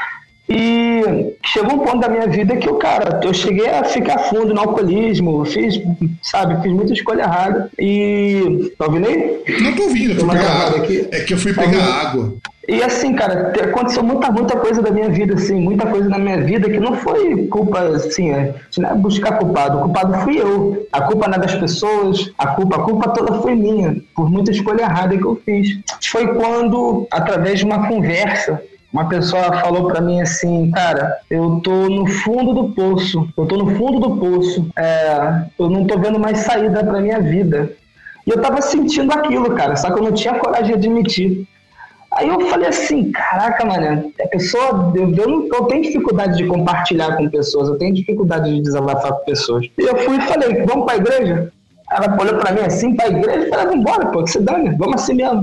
E chegou um ponto da minha vida que eu, cara, eu cheguei a ficar fundo no alcoolismo, fiz, sabe, fiz muita escolha errada. E... Tá ouvindo aí? Não tô ouvindo, eu fui pegar água. Aqui. É que eu fui pegar tá água. E assim, cara, aconteceu muita, muita coisa da minha vida, assim, muita coisa na minha vida que não foi culpa, assim, é, não é buscar culpado, o culpado fui eu. A culpa não é das pessoas, a culpa, a culpa toda foi minha, por muita escolha errada que eu fiz. Foi quando, através de uma conversa, uma pessoa falou pra mim assim, cara, eu tô no fundo do poço, eu tô no fundo do poço, é, eu não tô vendo mais saída pra minha vida. E eu tava sentindo aquilo, cara, só que eu não tinha coragem de admitir. Aí eu falei assim, caraca, mano, a pessoa, eu, eu, não, eu tenho dificuldade de compartilhar com pessoas, eu tenho dificuldade de desabafar com pessoas. E eu fui e falei, vamos pra igreja? Ela olhou pra mim assim, pra igreja, eu falei, vambora, pô, que se dane, vamos assim mesmo.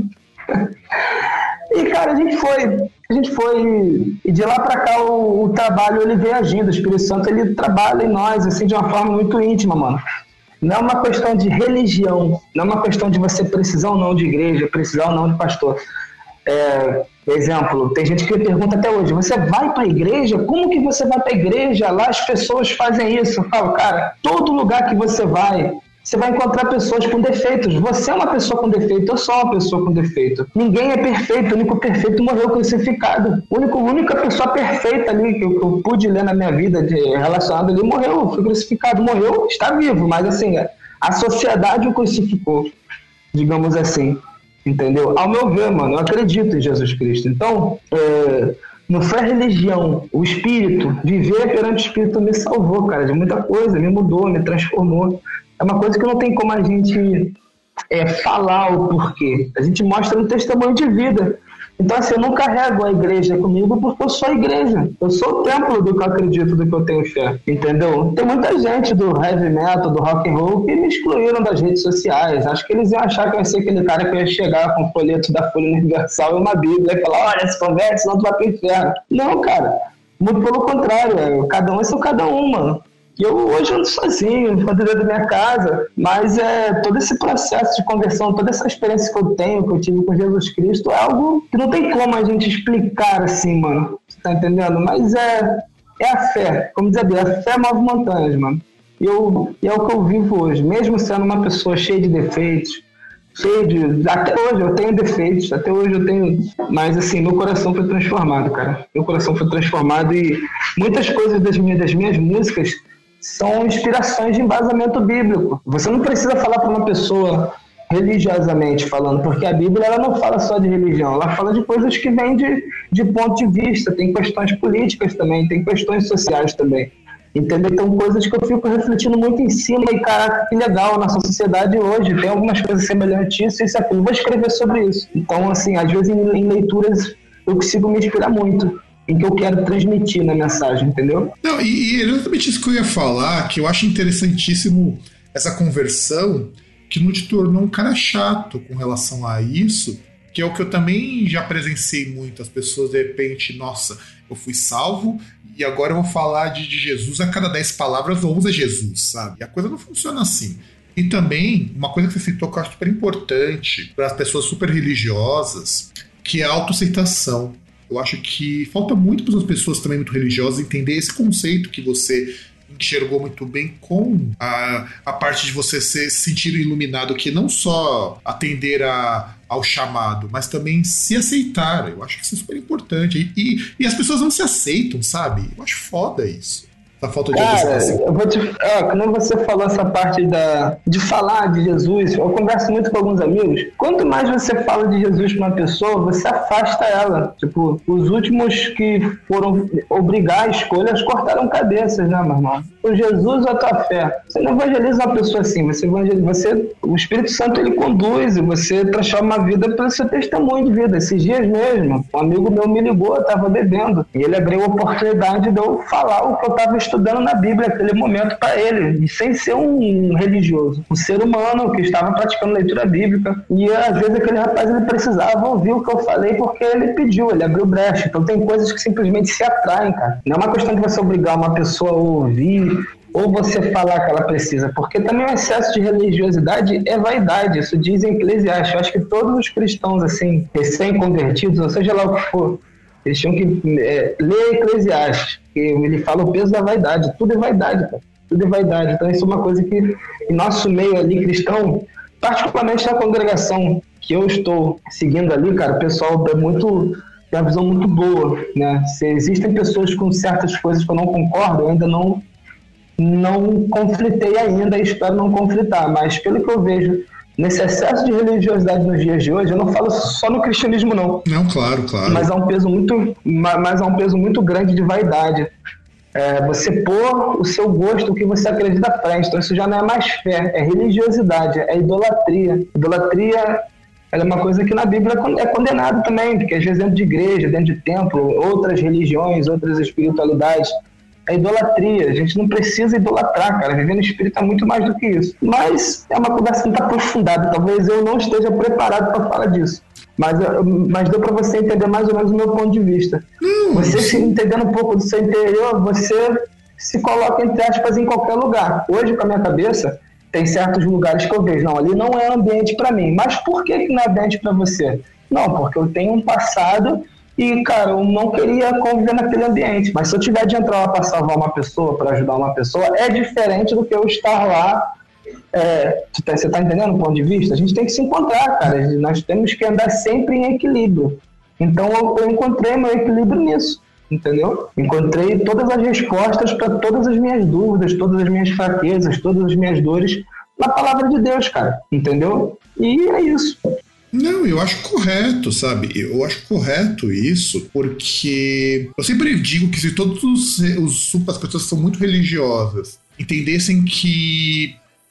E, cara, a gente foi, a gente foi, e de lá pra cá o, o trabalho, ele vem agindo, o Espírito Santo, ele trabalha em nós, assim, de uma forma muito íntima, mano. Não é uma questão de religião, não é uma questão de você precisar ou não de igreja, precisar ou não de pastor. É, exemplo, tem gente que pergunta até hoje, você vai pra igreja? Como que você vai pra igreja? Lá as pessoas fazem isso. Eu falo, cara, todo lugar que você vai, você vai encontrar pessoas com defeitos. Você é uma pessoa com defeito, eu sou uma pessoa com defeito. Ninguém é perfeito, o único perfeito morreu crucificado. A única, única pessoa perfeita ali que eu, que eu pude ler na minha vida de, relacionada ali morreu, foi crucificado, morreu, está vivo, mas assim, a sociedade o crucificou, digamos assim, entendeu? Ao meu ver, mano, eu acredito em Jesus Cristo. Então, é, não foi a religião, o espírito, viver perante o espírito me salvou, cara, de muita coisa, me mudou, me transformou. É uma coisa que não tem como a gente é, falar o porquê. A gente mostra um testemunho de vida. Então, assim, eu não carrego a igreja comigo porque eu sou a igreja. Eu sou o templo do que eu acredito, do que eu tenho fé. Entendeu? Tem muita gente do heavy metal, do rock and roll, que me excluíram das redes sociais. Acho que eles iam achar que eu ia ser aquele cara que ia chegar com o folheto da Folha Universal e uma Bíblia e falar, olha, se converte, senão tu vai pro inferno. Não, cara. Muito pelo contrário. Cada um é seu cada um, mano. E eu hoje ando sozinho, dentro da minha casa, mas é, todo esse processo de conversão, toda essa experiência que eu tenho, que eu tive com Jesus Cristo, é algo que não tem como a gente explicar assim, mano. Você tá entendendo? Mas é, é a fé. Como diz a Bíblia, a fé move montanhas, mano. E, eu, e é o que eu vivo hoje. Mesmo sendo uma pessoa cheia de defeitos, cheia de... Até hoje eu tenho defeitos, até hoje eu tenho... Mas assim, meu coração foi transformado, cara. Meu coração foi transformado e muitas coisas das minhas, das minhas músicas são inspirações de embasamento bíblico. Você não precisa falar para uma pessoa religiosamente falando, porque a Bíblia ela não fala só de religião, ela fala de coisas que vêm de, de ponto de vista, tem questões políticas também, tem questões sociais também. Entendeu? Então, coisas que eu fico refletindo muito em cima e, caraca, que legal, nossa sociedade hoje tem algumas coisas semelhantes a isso, isso e aquilo. Vou escrever sobre isso. Então, assim, às vezes em, em leituras eu consigo me inspirar muito em que eu quero transmitir na mensagem, entendeu? Não, e, e exatamente isso que eu ia falar, que eu acho interessantíssimo essa conversão, que não te tornou um cara chato com relação a isso, que é o que eu também já presenciei muito, as pessoas de repente, nossa, eu fui salvo e agora eu vou falar de, de Jesus, a cada dez palavras onze é Jesus, sabe? E a coisa não funciona assim. E também, uma coisa que você citou que eu acho super importante para as pessoas super religiosas, que é a autoaceitação. Eu acho que falta muito para as pessoas também muito religiosas entender esse conceito que você enxergou muito bem com a, a parte de você se sentir iluminado, que não só atender a, ao chamado, mas também se aceitar. Eu acho que isso é super importante. E, e, e as pessoas não se aceitam, sabe? Eu acho foda isso. A falta de Cara, eu vou te... Ah, quando você falou essa parte da... de falar de Jesus, eu converso muito com alguns amigos. Quanto mais você fala de Jesus para uma pessoa, você afasta ela. Tipo, os últimos que foram obrigar a escolhas cortaram cabeças, né, meu irmão? O Jesus ou a tua fé. Você não evangeliza uma pessoa assim. Você evangeliza... Você... O Espírito Santo, ele conduz e você transforma a vida pelo seu testemunho de vida. Esses dias mesmo, um amigo meu me ligou, eu estava bebendo. E ele abriu a oportunidade de eu falar o que eu estava estudando na Bíblia naquele momento para ele, e sem ser um religioso, um ser humano que estava praticando leitura bíblica, e às vezes aquele rapaz ele precisava ouvir o que eu falei porque ele pediu, ele abriu brecha. Então tem coisas que simplesmente se atraem, cara. Não é uma questão de você obrigar uma pessoa a ouvir ou você falar que ela precisa, porque também o excesso de religiosidade é vaidade, isso diz em Eclesiastes. Eu acho que todos os cristãos assim, recém-convertidos, ou seja lá o que for, eles tinham que é, ler Eclesiastes, que ele fala o peso da vaidade. Tudo é vaidade, cara. Tudo é vaidade. Então isso é uma coisa que, em nosso meio ali cristão, particularmente na congregação que eu estou seguindo ali, cara, o pessoal é muito, tem uma visão muito boa, né? Se existem pessoas com certas coisas que eu não concordo, eu ainda não, não conflitei ainda e espero não conflitar, mas pelo que eu vejo nesse excesso de religiosidade nos dias de hoje, eu não falo só no cristianismo, não. Não, claro, claro. Mas há um peso muito, mas há um peso muito grande de vaidade. É, você pôr o seu gosto, o que você acredita à frente. Então isso já não é mais fé, é religiosidade, é idolatria. Idolatria ela é uma coisa que na Bíblia é condenada também, porque às vezes dentro de igreja, dentro de templo, outras religiões, outras espiritualidades, é idolatria. A gente não precisa idolatrar, cara. Viver no espírito é muito mais do que isso. Mas é uma conversa muito aprofundada. Talvez eu não esteja preparado para falar disso. Mas, mas deu para você entender mais ou menos o meu ponto de vista. Hum, você se entendendo um pouco do seu interior, você se coloca, entre aspas, em qualquer lugar. Hoje, com a minha cabeça, tem certos lugares que eu vejo. Não, ali não é ambiente para mim. Mas por que que não é ambiente para você? Não, porque eu tenho um passado... E, cara, eu não queria conviver naquele ambiente. Mas se eu tiver de entrar lá para salvar uma pessoa, para ajudar uma pessoa, é diferente do que eu estar lá. É, você está entendendo o ponto de vista? A gente tem que se encontrar, cara. Nós temos que andar sempre em equilíbrio. Então, eu, eu encontrei meu equilíbrio nisso, entendeu? Encontrei todas as respostas para todas as minhas dúvidas, todas as minhas fraquezas, todas as minhas dores na palavra de Deus, cara. Entendeu? E é isso. Não, eu acho correto, sabe? Eu acho correto isso, porque eu sempre digo que se todos os, os as pessoas que são muito religiosas entendessem que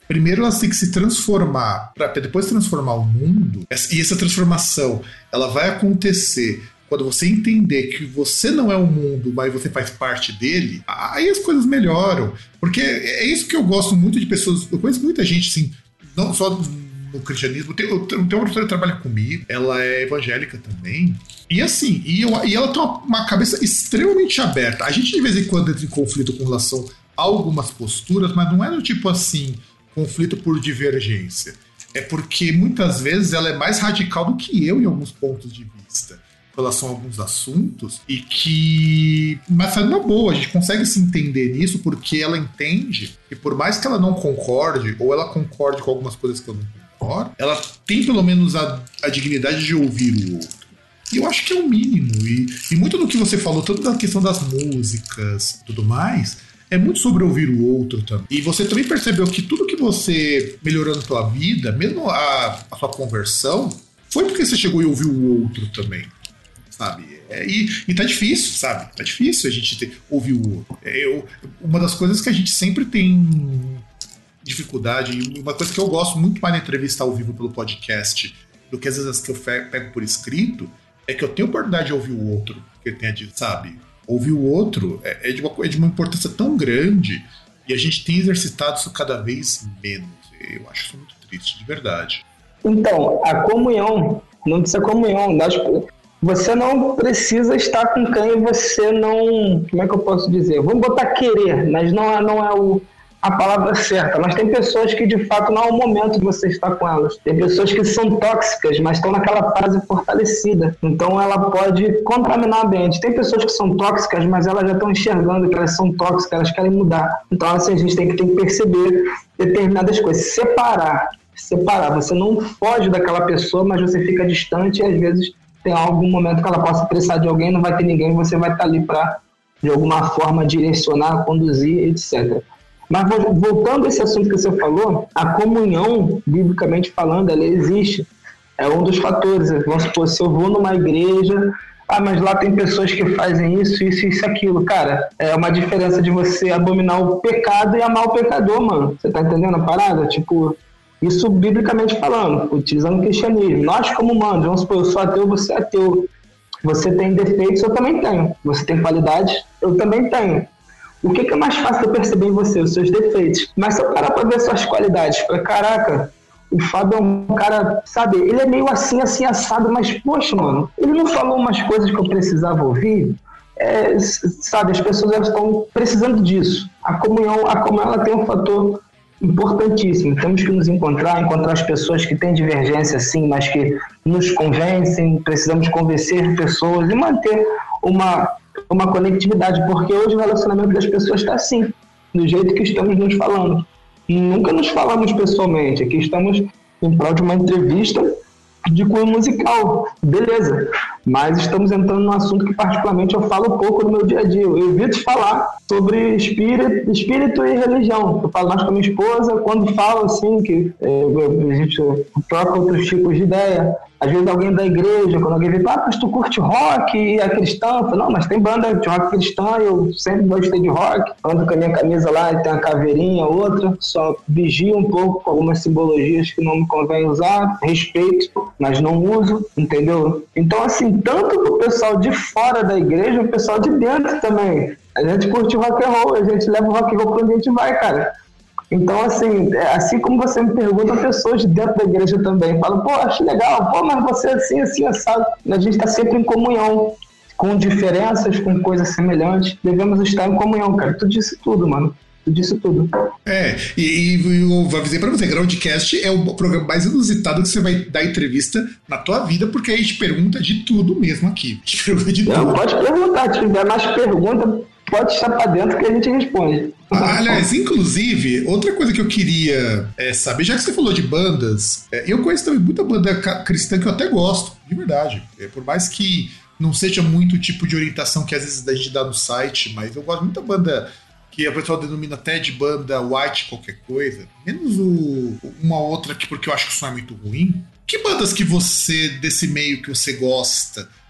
primeiro elas têm que se transformar, para depois transformar o mundo, e essa transformação, ela vai acontecer quando você entender que você não é o mundo, mas você faz parte dele, aí as coisas melhoram. Porque é isso que eu gosto muito de pessoas, eu conheço muita gente, assim, não só no cristianismo, tem, tem uma professora que trabalha comigo, ela é evangélica também, e assim, e, eu, e ela tem uma, uma cabeça extremamente aberta. A gente de vez em quando entra em conflito com relação a algumas posturas, mas não é do tipo assim, conflito por divergência. É porque muitas vezes ela é mais radical do que eu em alguns pontos de vista, em relação a alguns assuntos, e que... Mas sabe, na boa, a gente consegue se entender nisso porque ela entende que por mais que ela não concorde, ou ela concorde com algumas coisas que eu não concordo, ela tem pelo menos a, a dignidade de ouvir o outro. E eu acho que é o mínimo. E, e muito do que você falou, tanto da questão das músicas e tudo mais, é muito sobre ouvir o outro também. E você também percebeu que tudo que você melhorando pela vida, mesmo a, a sua conversão, foi porque você chegou e ouviu o outro também, sabe? É, e, e tá difícil, sabe? Tá difícil a gente ter, ouvir o outro. É, eu, uma das coisas que a gente sempre tem dificuldade, e uma coisa que eu gosto muito mais na entrevista ao vivo pelo podcast do que às vezes as que eu pego por escrito, é que eu tenho a oportunidade de ouvir o outro, que ele tenha dito, sabe? Ouvir o outro é, é, de uma, é de uma importância tão grande, e a gente tem exercitado isso cada vez menos. Eu acho isso muito triste, de verdade. Então, a comunhão, não precisa comunhão, das, você não precisa estar com quem você não, como é que eu posso dizer? Vamos botar querer, mas não é, não é o... a palavra certa, mas tem pessoas que de fato não é o momento de você estar com elas. Tem pessoas que são tóxicas, mas estão naquela fase fortalecida, então ela pode contaminar o ambiente. Tem pessoas que são tóxicas, mas elas já estão enxergando que elas são tóxicas, elas querem mudar. Então assim, a gente tem que, tem que perceber determinadas coisas, separar, separar. Você não foge daquela pessoa, mas você fica distante e às vezes tem algum momento que ela possa precisar de alguém, não vai ter ninguém, você vai estar ali para de alguma forma direcionar, conduzir, etcétera. Mas voltando a esse assunto que você falou, a comunhão, biblicamente falando, ela existe. É um dos fatores. Vamos supor, se eu vou numa igreja, ah, mas lá tem pessoas que fazem isso, isso, isso, aquilo. Cara, é uma diferença de você abominar o pecado e amar o pecador, mano. Você tá entendendo a parada? Tipo, isso biblicamente falando, utilizando o cristianismo. Nós como humanos, vamos supor, eu sou ateu, você é ateu. Você tem defeitos, eu também tenho. Você tem qualidades, eu também tenho. O que é mais fácil de eu perceber em você? Os seus defeitos. Mas se eu parar pra ver suas qualidades, pra caraca, o Fábio é um cara, sabe, ele é meio assim, assim, assado, mas, poxa, mano, ele não falou umas coisas que eu precisava ouvir, é, sabe, as pessoas elas estão precisando disso. A comunhão, a comunhão ela tem um fator importantíssimo. Temos que nos encontrar, encontrar as pessoas que têm divergência, sim, mas que nos convencem, precisamos convencer pessoas e manter uma... uma conectividade, porque hoje o relacionamento das pessoas está assim, do jeito que estamos nos falando. Nunca nos falamos pessoalmente, aqui estamos em prol de uma entrevista de cunho musical, beleza, mas estamos entrando num assunto que particularmente eu falo pouco no meu dia a dia. Eu evito falar sobre espírito, espírito e religião. Eu falo mais com a minha esposa, quando falo assim, que é, a gente troca outros tipos de ideia. Às vezes alguém da igreja, quando alguém vem, ah, mas tu curte rock e é cristão? Eu falo, não, mas tem banda de rock cristã, eu sempre gostei de rock. Ando com a minha camisa lá e tem uma caveirinha, outra. Só vigio um pouco com algumas simbologias que não me convém usar. Respeito, mas não uso, entendeu? Então, assim, tanto o pessoal de fora da igreja, o pessoal de dentro também. A gente curte rock and roll, a gente leva o rock and roll pra onde a gente vai, cara. Então, assim, assim como você me pergunta, pessoas de dentro da igreja também falam, pô, acho legal, pô, mas você assim, assim, assado. A gente está sempre em comunhão, com diferenças, com coisas semelhantes. Devemos estar em comunhão, cara. Tu disse tudo, mano. Tu disse tudo. É, e, e eu avisei pra você, Groundcast é o programa mais inusitado que você vai dar entrevista na tua vida, porque a gente pergunta de tudo mesmo aqui. A gente pergunta de Não, tudo. pode perguntar, se tiver mais pergunta, pode estar pra dentro que a gente responde. Ah, aliás, inclusive, outra coisa que eu queria é, saber, já que você falou de bandas, é, eu conheço também muita banda cristã que eu até gosto, de verdade. É, por mais que não seja muito o tipo de orientação que às vezes a gente dá no site, mas eu gosto muito da banda que a pessoa denomina até de banda white qualquer coisa, menos o, uma outra aqui porque eu acho que o som é muito ruim. Que bandas que você, desse meio que você gosta,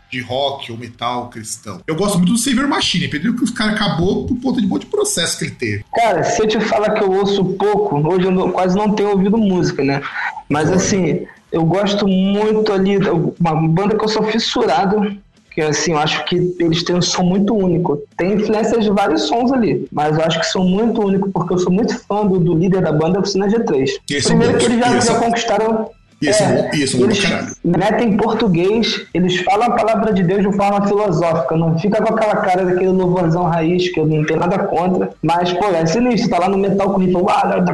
de rock ou metal cristão. Eu gosto muito do Savior Machine, entendeu? Que os caras acabou por conta de um monte de processo que ele teve. Cara, se eu te falar que eu ouço pouco, hoje eu não, quase não tenho ouvido música, né? Mas Foi. assim, eu gosto muito ali, uma banda que eu sou fissurado, que assim, eu acho que eles têm um som muito único. Tem influências de vários sons ali, mas eu acho que são muito únicos, porque eu sou muito fã do, do líder da banda, Oficina G três. Primeiro é que eles já, já conquistaram... Isso, é, isso, eles metem português, eles falam a palavra de Deus de forma filosófica, não fica com aquela cara daquele louvorzão raiz, que eu não tenho nada contra, mas, pô, é sinistro, tá lá no metal com o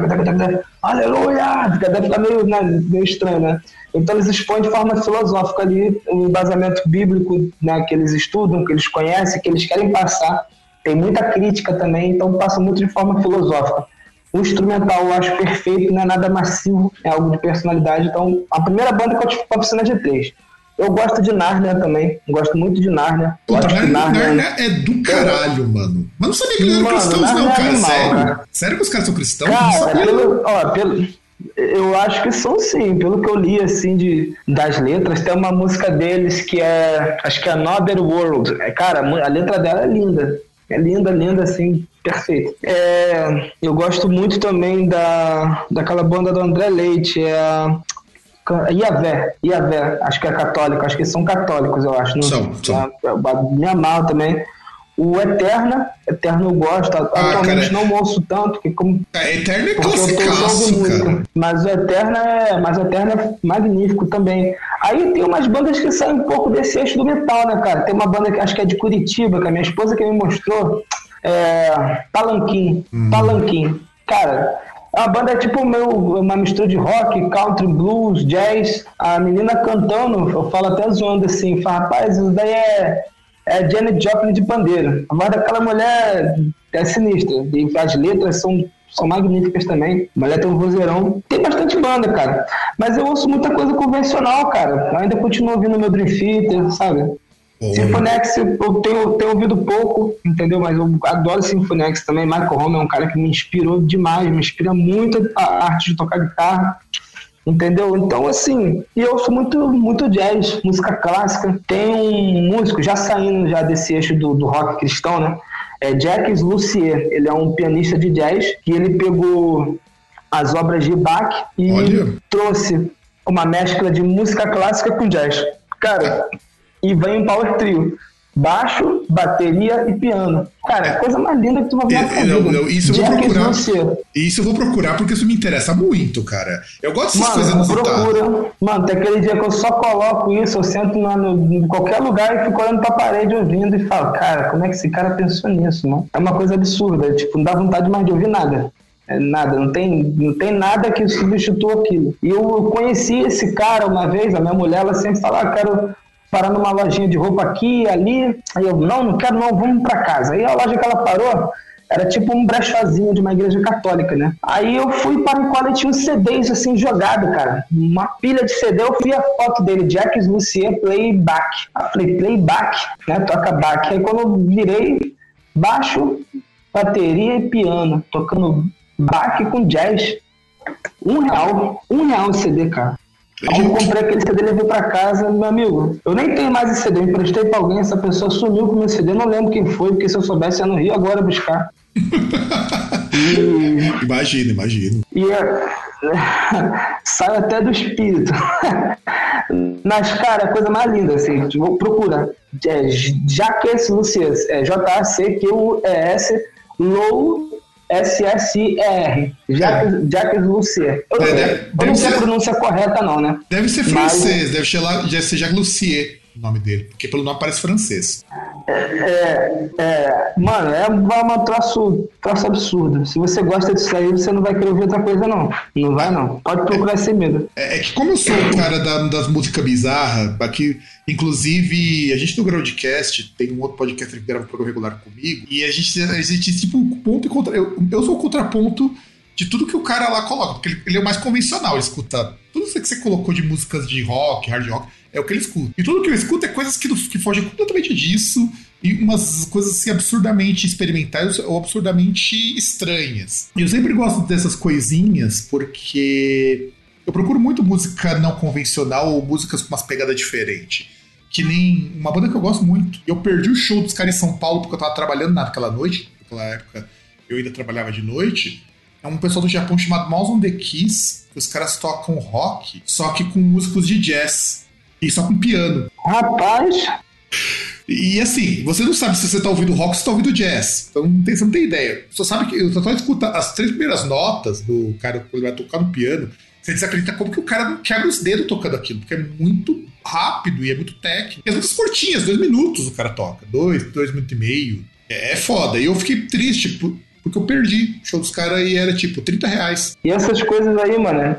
aleluia, deve ficar meio, né, meio estranho, né? Então eles expõem de forma filosófica ali o embasamento bíblico, né, que eles estudam, que eles conhecem, que eles querem passar. Tem muita crítica também, então passa muito de forma filosófica. O instrumental eu acho perfeito, não é nada massivo, é algo de personalidade. Então, a primeira banda que eu tive foi a Oficina G três. Eu gosto de Nárnia também, gosto muito de Nárnia. Puta, mas Nárnia, Nárnia é do caralho, mano. Mas não sabia que eles eram cristãos, não, cara. É animal, sério? Cara. Sério que os caras são cristãos? Cara, pelo, ó, pelo, eu acho que são sim, pelo que eu li, assim, de, das letras. Tem uma música deles que é, acho que é Another World. É, cara, a letra dela é linda. É linda, linda, assim, perfeito. É, eu gosto muito também da, daquela banda do André Leite, é a Iavé, Iavé, acho que é católico, acho que são católicos, eu acho. Não, são, são. Me amarro também. O Eterna, Eterno eu gosto, ah, atualmente cara, não ouço tanto, que como, é, Eterno é classicaço, cara. Mas o Eterno é, mas o Eterno é magnífico também. Aí tem umas bandas que saem um pouco desse eixo do metal, né, cara? Tem uma banda que acho que é de Curitiba, que a minha esposa que me mostrou, é Palanquim, hum. Palanquim. Cara, a banda é tipo meu, uma mistura de rock, country, blues, jazz. A menina cantando, eu falo até zoando assim, fala, rapaz, isso daí é... é Janet Joplin de pandeiro. A voz daquela mulher é sinistra. E as letras são, são magníficas também. A mulher tem um vozeirão. Tem bastante banda, cara. Mas eu ouço muita coisa convencional, cara. Eu ainda continuo ouvindo meu Dream Theater, sabe? Oh. Symphonix eu tenho, tenho ouvido pouco, entendeu? Mas eu adoro Symphonix também. Michael Holm é um cara que me inspirou demais. Me inspira muito a arte de tocar guitarra. Entendeu? Então, assim, e eu ouço muito, muito jazz, música clássica. Tem um músico, já saindo já desse eixo do, do rock cristão, né? É Jacques Lussier. Ele é um pianista de jazz que ele pegou as obras de Bach e Olha. trouxe uma mescla de música clássica com jazz. Cara, e vem um power trio. Baixo, bateria e piano. Cara, é coisa mais linda que tu vai ver na tua vida. Não, não, isso eu vou procurar. Isso eu vou procurar porque isso me interessa muito, cara. Eu gosto dessas coisas inusitadas. Procura. Mano, tem aquele dia que eu só coloco isso, eu sento na, no, em qualquer lugar e fico olhando pra parede ouvindo e falo, cara, como é que esse cara pensou nisso, mano? É uma coisa absurda, tipo, não dá vontade mais de ouvir nada. É nada, não tem, não tem nada que substitua aquilo. E eu conheci esse cara uma vez, a minha mulher, ela sempre fala, ah, quero parar numa lojinha de roupa aqui, ali. Aí eu, não, não quero não, vamos pra casa. Aí a loja que ela parou era tipo um brechozinho de uma igreja católica, né? Aí eu fui para o qual tinha uns C Ds assim jogado, cara. Uma pilha de C D, eu vi a foto dele, Jacques Lussier Playback. Aí eu falei, Playback, né? Toca Bach. Aí quando eu virei, baixo, bateria e piano, tocando Bach com jazz. Um real, um real o C D, cara. Aí eu comprei aquele C D e levei pra casa, meu amigo. Eu nem tenho mais esse C D, eu emprestei pra alguém, essa pessoa sumiu com o meu C D, eu não lembro quem foi, porque se eu soubesse eu não ia agora buscar. E... Imagino, imagino. E é... sai até do espírito. Mas, cara, a coisa mais linda, assim, vou procurar. É, Jacques Lussier, é J A C Q U E S, Low S S I R, Jacques, é. Jacques Lussier. Eu, é, deve, eu não sei ser, a pronúncia correta, não, né? Deve ser francês, Mas, deve ser, lá, deve ser Jacques Lussier o nome dele, porque pelo nome parece francês. É, é, é mano, é um troço, troço absurdo. Se você gosta disso aí, você não vai querer ouvir outra coisa, não. Não vai, não. Pode procurar é, sem medo. É, é que como eu sou o cara da, das músicas bizarras, aqui, inclusive, a gente no Groundcast tem um outro podcast que grava um programa regular comigo, e a gente, a gente tipo, ponto e contra... Eu, eu sou o contraponto de tudo que o cara lá coloca, porque ele, ele é o mais convencional, ele escuta tudo isso que você colocou de músicas de rock, hard rock, é o que ele escuta. E tudo que eu escuto é coisas que, que fogem completamente disso, e umas coisas assim absurdamente experimentais ou absurdamente estranhas. E eu sempre gosto dessas coisinhas, porque eu procuro muito música não convencional ou músicas com umas pegadas diferentes. que nem uma banda que eu gosto muito. Eu perdi o show dos caras em São Paulo porque eu tava trabalhando naquela noite. Naquela época eu ainda trabalhava de noite. É um pessoal do Japão chamado Mouse on the Keys, que os caras tocam rock, só que com músicos de jazz. E só com piano. Rapaz... E assim, você não sabe se você tá ouvindo rock ou se tá ouvindo jazz. Então não tem, você não tem ideia. Só sabe que você só escuta as três primeiras notas do cara que vai tocar no piano. Você desacredita como que o cara não quebra os dedos tocando aquilo, porque é muito rápido e é muito técnico. E as músicas curtinhas, dois minutos o cara toca. Dois, dois minutos e meio. É, é foda. E eu fiquei triste porque eu perdi o show dos caras e era tipo trinta reais. E essas coisas aí, mano, é,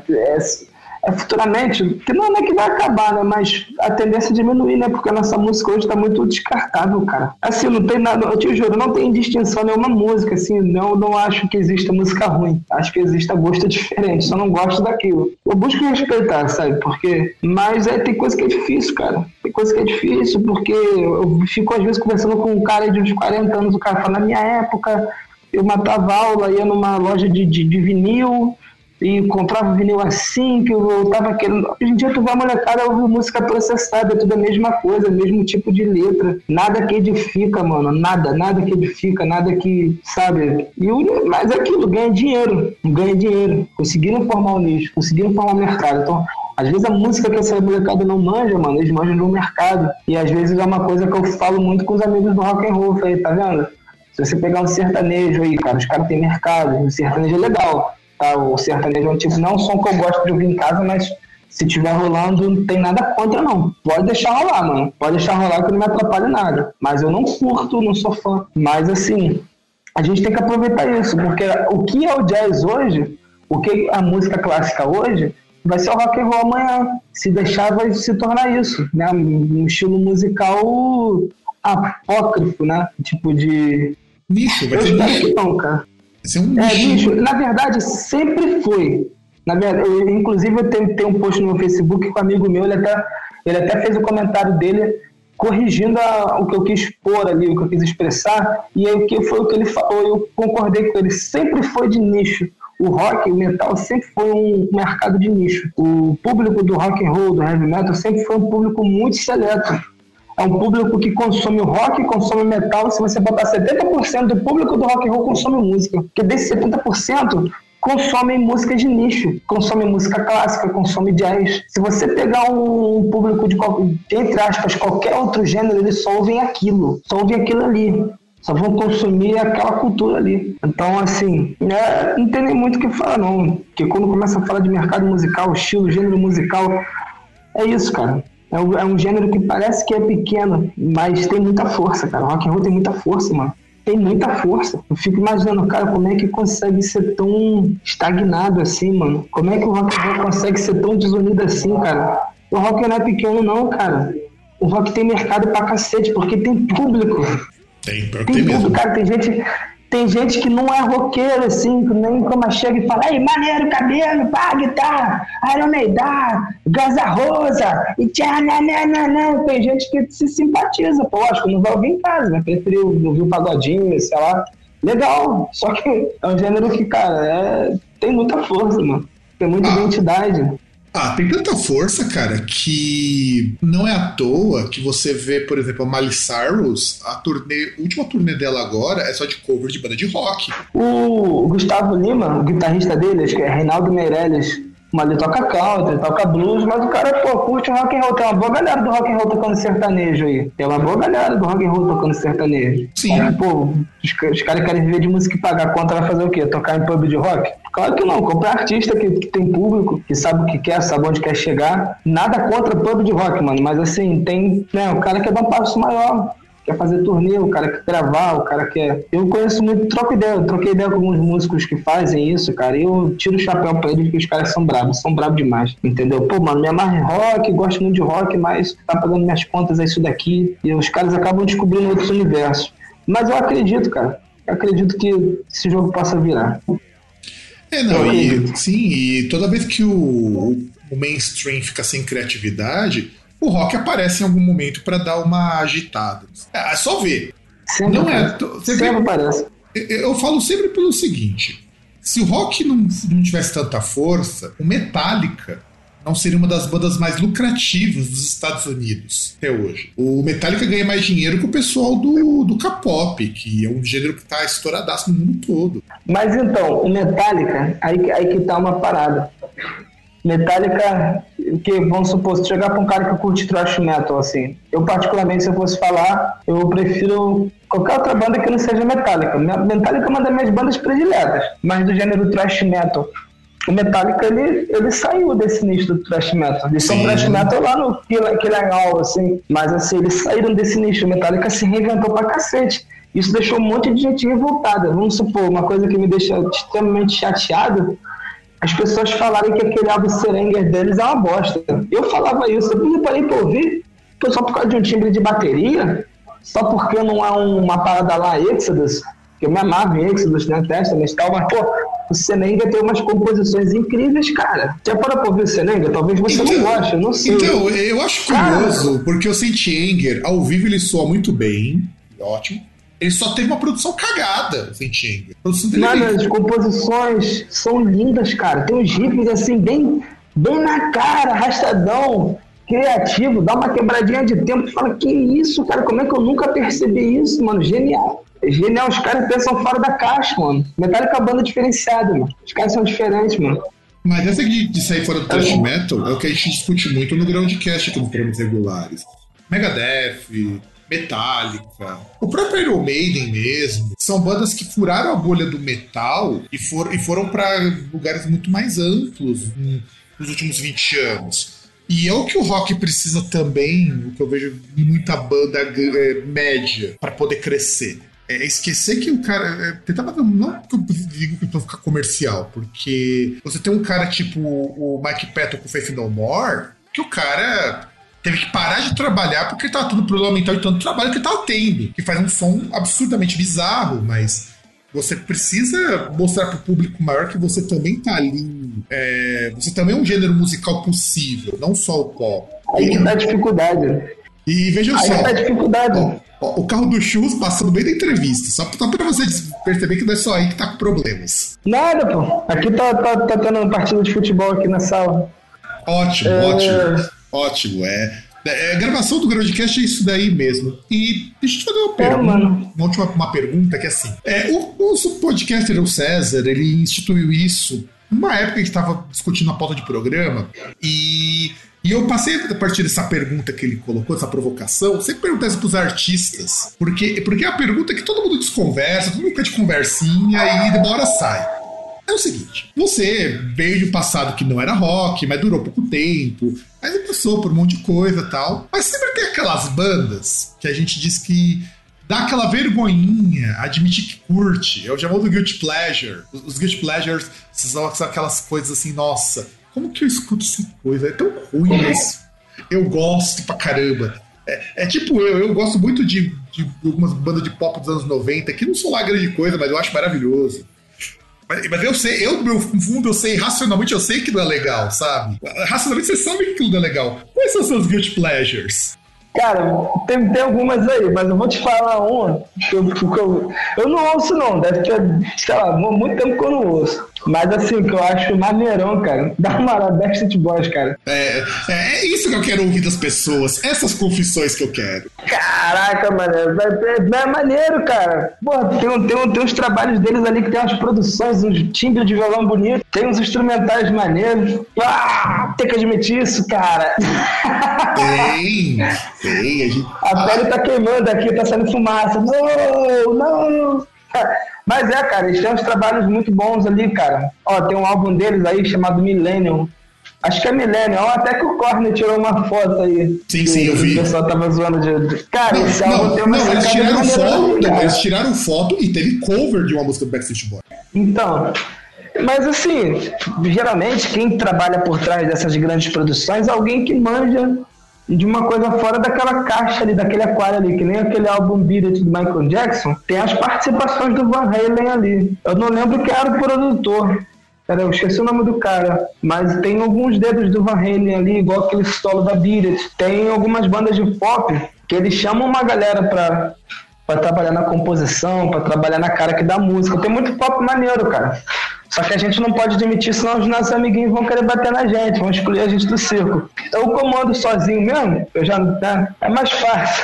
é futuramente, que não é que vai acabar, né? Mas a tendência é diminuir, né? Porque a nossa música hoje tá muito descartável, cara. Assim, não tem nada, eu te juro, não tem distinção nenhuma música, assim, não, não acho que exista música ruim. Acho que existe gosto diferente, só não gosto daquilo. Eu busco respeitar, sabe? Porque, mas é, tem coisa que é difícil, cara. Tem coisa que é difícil, porque eu fico às vezes conversando com um cara de uns quarenta anos, o cara fala, na minha época, eu matava aula, ia numa loja de, de, de vinil, e comprava vinil assim, que eu tava querendo... Hoje em dia tu vai a molecada ouvir música processada, é tudo a mesma coisa, mesmo tipo de letra. Nada que edifica, mano, nada, nada que edifica, nada que, sabe? E o... Mas é aquilo, ganha dinheiro, ganha dinheiro. Conseguiram formar o nicho, conseguiram formar o mercado. Então, às vezes a música que essa molecada não manja, mano, eles manjam no mercado. E às vezes é uma coisa que eu falo muito com os amigos do rock and roll, falei, tá vendo? Se você pegar um sertanejo aí, cara, os caras têm mercado, o sertanejo é legal. Tá, o sertanejo é um tipo, não é um som que eu gosto de ouvir em casa, mas se tiver rolando, não tem nada contra, não. Pode deixar rolar, mano. Pode deixar rolar que não me atrapalha nada. Mas eu não curto, não sou fã. Mas, assim, a gente tem que aproveitar isso, porque o que é o jazz hoje, o que é a música clássica hoje, vai ser o rock and roll amanhã. Se deixar, vai se tornar isso, né? Um estilo musical apócrifo, né? Tipo de... Nicho, vai eu ser nicho. Não, cara. É, um é, bicho, na verdade, sempre foi. Na verdade, eu, inclusive, eu tenho, tenho um post no meu Facebook com um amigo meu, ele até, ele até fez o comentário dele corrigindo a, o que eu quis expor ali, o que eu quis expressar, e aí o que foi o que ele falou, eu concordei com ele, sempre foi de nicho. O rock, o metal sempre foi um mercado de nicho. O público do rock and roll, do heavy metal, sempre foi um público muito seleto. É um público que consome rock, consome metal. Se você botar setenta por cento do público do rock and roll consome música. Porque desses setenta por cento consomem música de nicho, consome música clássica, consome jazz. Se você pegar um público de, entre aspas, qualquer outro gênero, eles só ouvem aquilo, só ouvem aquilo ali. Só vão consumir aquela cultura ali. Então, assim, é, não tem nem muito o que falar, não. Porque quando começa a falar de mercado musical, estilo, gênero musical, é isso, cara. É um, é um gênero que parece que é pequeno, mas tem muita força, cara. O rock and roll tem muita força, mano. Tem muita força. Eu fico imaginando, cara, como é que consegue ser tão estagnado assim, mano? Como é que o rock and roll consegue ser tão desunido assim, cara? O rock não é pequeno, não, cara. O rock tem mercado pra cacete, porque tem público. Tem, tem, tem público, cara. Tem gente... Tem gente que não é roqueiro, assim, que nem como chega e fala, ei, maneiro, cabelo, pá, guitarra, Iron Maiden, Gaza Rosa, e tchá, nananana. Tem gente que se simpatiza, pô, acho que não vai ouvir em casa, vai preferir ouvir o pagodinho, sei lá. Legal, só que é um gênero que, cara, é... tem muita força, mano. Tem muita ah. identidade. Ah, tem tanta força, cara, que não é à toa que você vê, por exemplo, a Miley Cyrus, a, turnê, a última turnê dela agora é só de cover de banda de rock. O Gustavo Lima, o guitarrista dele, acho que é Reinaldo Meirelles, mas ele toca country, toca blues, mas o cara, pô, curte rock and roll. Tem uma boa galera do rock and roll tocando sertanejo aí. Tem uma boa galera do rock and roll tocando sertanejo. Sim. Aí, pô, os, os caras querem viver de música e pagar conta, vai fazer o quê? Tocar em pub de rock? Claro que não. Comprar artista que, que tem público, que sabe o que quer, sabe onde quer chegar. Nada contra pub de rock, mano. Mas assim, tem, né, o cara quer dar um passo maior. Quer fazer turnê, o cara quer gravar, o cara quer... Eu conheço muito, troco ideia, eu troquei ideia com alguns músicos que fazem isso, cara, e eu tiro o chapéu pra eles, porque os caras são bravos, são bravos demais, entendeu? Pô, mano, me amarro em rock, gosto muito de rock, mas tá pagando minhas contas, é isso daqui, e os caras acabam descobrindo outros universos. Mas eu acredito, cara, eu acredito que esse jogo possa virar. É, não, e sim, e toda vez que o, o mainstream fica sem criatividade... o rock aparece em algum momento pra dar uma agitada. É, é só ver. Sempre não é, sempre vê, aparece. Eu, eu falo sempre pelo seguinte: se o rock não, não tivesse tanta força, o Metallica não seria uma das bandas mais lucrativas dos Estados Unidos até hoje. O Metallica ganha mais dinheiro que o pessoal do, do K-pop, que é um gênero que tá estouradaço no mundo todo. Mas então, o Metallica, aí, aí que tá uma parada. Metallica, que vamos supor, se chegar pra um cara que curte thrash metal, assim, eu particularmente, se eu fosse falar, eu prefiro qualquer outra banda que não seja Metallica. Metallica é uma das minhas bandas prediletas, mas do gênero thrash metal. O Metallica, ele, ele saiu desse nicho do thrash metal. Eles são thrash metal lá no que legal, assim, mas assim, eles saíram desse nicho. O Metallica se reinventou pra cacete. Isso deixou um monte de gente revoltada. Vamos supor, uma coisa que me deixa extremamente chateado, as pessoas falarem que aquele álbum Serenger deles é uma bosta. Eu falava isso, eu não parei pra ouvir, só por causa de um timbre de bateria, só porque não é uma parada lá, Exodus, que eu me amava em Exodus, né, Testament e tal, mas, pô, o Serenger tem umas composições incríveis, cara. Já parou pra ouvir o Serenger? Talvez você então, não goste, eu não sei. Então, eu acho curioso, cara, porque o Saint Anger, ao vivo, ele soa muito bem, ótimo. Ele só teve uma produção cagada, Saint Anger. Mano, as composições são lindas, cara. Tem uns riffs assim, bem, bem na cara, arrastadão, criativo, dá uma quebradinha de tempo. Tu fala, que isso, cara? Como é que eu nunca percebi isso, mano? Genial. Genial, os caras pensam fora da caixa, mano. Metallica é uma banda diferenciada, mano. Os caras são diferentes, mano. Mas essa de, de sair fora do thrash é. metal é o que a gente discute muito no Groundcast aqui nos programas regulares. Megadeth, Metallica, o próprio Iron Maiden mesmo, são bandas que furaram a bolha do metal e, for, e foram para lugares muito mais amplos nos últimos vinte anos. E é o que o rock precisa também, o que eu vejo em muita banda é, média, para poder crescer. É esquecer que o cara... É, tentar, não que eu digo que pra ficar comercial, porque você tem um cara tipo o Mike Patton com Faith No More, que o cara teve que parar de trabalhar porque ele tava tendo problema mental e tanto trabalho que ele tava tendo, que faz um som absurdamente bizarro, mas você precisa mostrar pro público maior que você também tá ali, é, você também é um gênero musical possível, não só o pop. Aí que dá dificuldade. E vejam Aí só, que dá dificuldade. Ó, ó, o carro do Churros passando no meio da entrevista, só, só pra você perceber que não é só aí que tá com problemas. Nada, pô. Aqui tá, tá, tá tendo uma partida de futebol aqui na sala. Ótimo, é... ótimo. Ótimo, é. É, a gravação do Groundcast é isso daí mesmo. E deixa eu te fazer uma pergunta, é, uma última uma pergunta que é assim. É, o nosso podcaster, o César, ele instituiu isso numa época que a gente estava discutindo a pauta de programa e, e eu passei a partir dessa pergunta que ele colocou, essa provocação, sempre perguntar isso pros artistas, porque, porque é a pergunta que todo mundo desconversa, todo mundo fica de conversinha e de uma hora sai. É o seguinte, você veio de um passado que não era rock, mas durou pouco tempo, aí você passou por um monte de coisa e tal, mas sempre tem aquelas bandas que a gente diz que dá aquela vergonhinha, admitir que curte, eu já vou do Guilty Pleasure. Os, os Guilty Pleasures são aquelas coisas assim, nossa, como que eu escuto essa coisa? É tão ruim, mas eu gosto pra caramba. É, é tipo eu, eu gosto muito de, de algumas bandas de pop dos anos noventa, que não são lá grande coisa, mas eu acho maravilhoso. Mas, mas eu sei, eu, no meu fundo, eu sei, racionalmente eu sei que não é legal, sabe? Racionalmente você sabe que aquilo não é legal. Quais são os seus guilty pleasures? Cara, tem, tem algumas aí, mas eu vou te falar uma que eu, que eu, eu não ouço não, deve ter, sei lá, muito tempo que eu não ouço. Mas assim, que eu acho maneirão, cara, dá uma hora Backstreet Boys, cara. É, é, é isso que eu quero ouvir das pessoas, essas confissões que eu quero. Caraca, mano, é, é maneiro, cara. Pô, tem, tem, tem uns trabalhos deles ali que tem umas produções, uns timbres de violão bonito, tem uns instrumentais maneiros. Ah, tem que admitir isso, cara. Tem, tem. A, gente... a pele tá queimando aqui, tá saindo fumaça. Não, não. Mas é, cara, eles têm uns trabalhos muito bons ali, cara. Ó, tem um álbum deles aí chamado Millennium. Acho que é Millennium, até que o Korn tirou uma foto aí. Sim, sim, eu vi. O pessoal tava zoando de... Cara, não, esse não, álbum tem uma não, eles tiraram foto, ali, não, eles tiraram foto e teve cover de uma música do Backstreet Boys. Então, mas assim, geralmente quem trabalha por trás dessas grandes produções é alguém que manja de uma coisa fora daquela caixa ali, daquele aquário ali, que nem aquele álbum Beat It do Michael Jackson, tem as participações do Van Halen ali. Eu não lembro quem era o produtor, cara, eu esqueci o nome do cara, mas tem alguns dedos do Van Halen ali, igual aquele solo da Beat It. Tem algumas bandas de pop que eles chamam uma galera pra, pra trabalhar na composição, pra trabalhar na cara que dá música. Tem muito pop maneiro, cara. Só que a gente não pode admitir, senão os nossos amiguinhos vão querer bater na gente, vão excluir a gente do circo. Eu comando sozinho mesmo, eu já né, é mais fácil.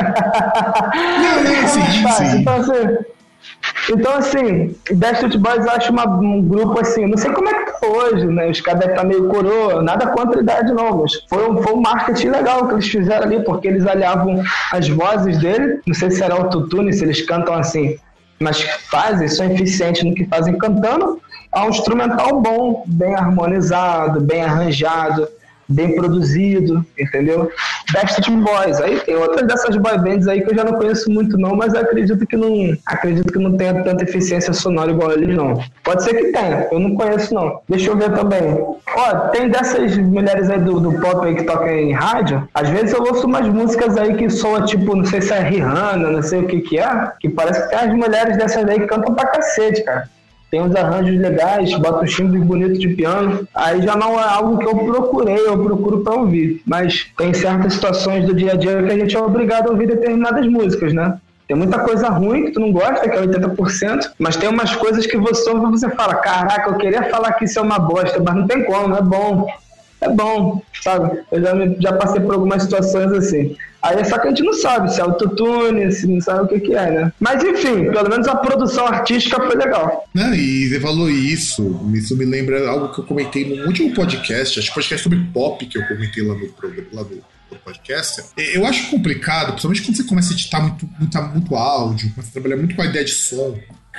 Não, não, é sim, mais fácil. sim. Então, assim, então, assim, Backstreet Boys eu acho uma, um grupo assim, não sei como é que tá hoje, né? Os caras devem estar meio coroa, nada contra a idade não, mas foi um, foi um marketing legal que eles fizeram ali, porque eles aliavam as vozes dele, não sei se era autotune, se eles cantam assim, mas fazem, são eficientes no que fazem cantando, há um instrumental bom, bem harmonizado, bem arranjado, bem produzido, entendeu? Backstreet Boys, aí tem outras dessas boy bands aí que eu já não conheço muito não, mas acredito que não, acredito que não tenha tanta eficiência sonora igual eles não. Pode ser que tenha, eu não conheço não. Deixa eu ver também. Ó, tem dessas mulheres aí do, do pop aí que tocam em rádio, às vezes eu ouço umas músicas aí que soam tipo, não sei se é Rihanna, não sei o que que é, que parece que tem as mulheres dessas aí que cantam pra cacete, cara. Tem uns arranjos legais, bota uns timbres bonitos de piano. Aí já não é algo que eu procurei, eu procuro pra ouvir. Mas tem certas situações do dia a dia que a gente é obrigado a ouvir determinadas músicas, né? Tem muita coisa ruim que tu não gosta, que é oitenta por cento, mas tem umas coisas que você ouve e você fala, caraca, eu queria falar que isso é uma bosta, mas não tem como, é bom. É bom, sabe? Eu já, me, já passei por algumas situações assim. Aí é só que a gente não sabe se é autotune, se não sabe o que que é, né? Mas enfim, pelo menos a produção artística foi legal. Não, e você falou isso, isso me lembra algo que eu comentei no último podcast, acho que podcast sobre pop que eu comentei lá no programa, lá no, no podcast. Eu acho complicado, principalmente quando você começa a editar muito, muito, muito áudio, começa a trabalhar muito com a ideia de som.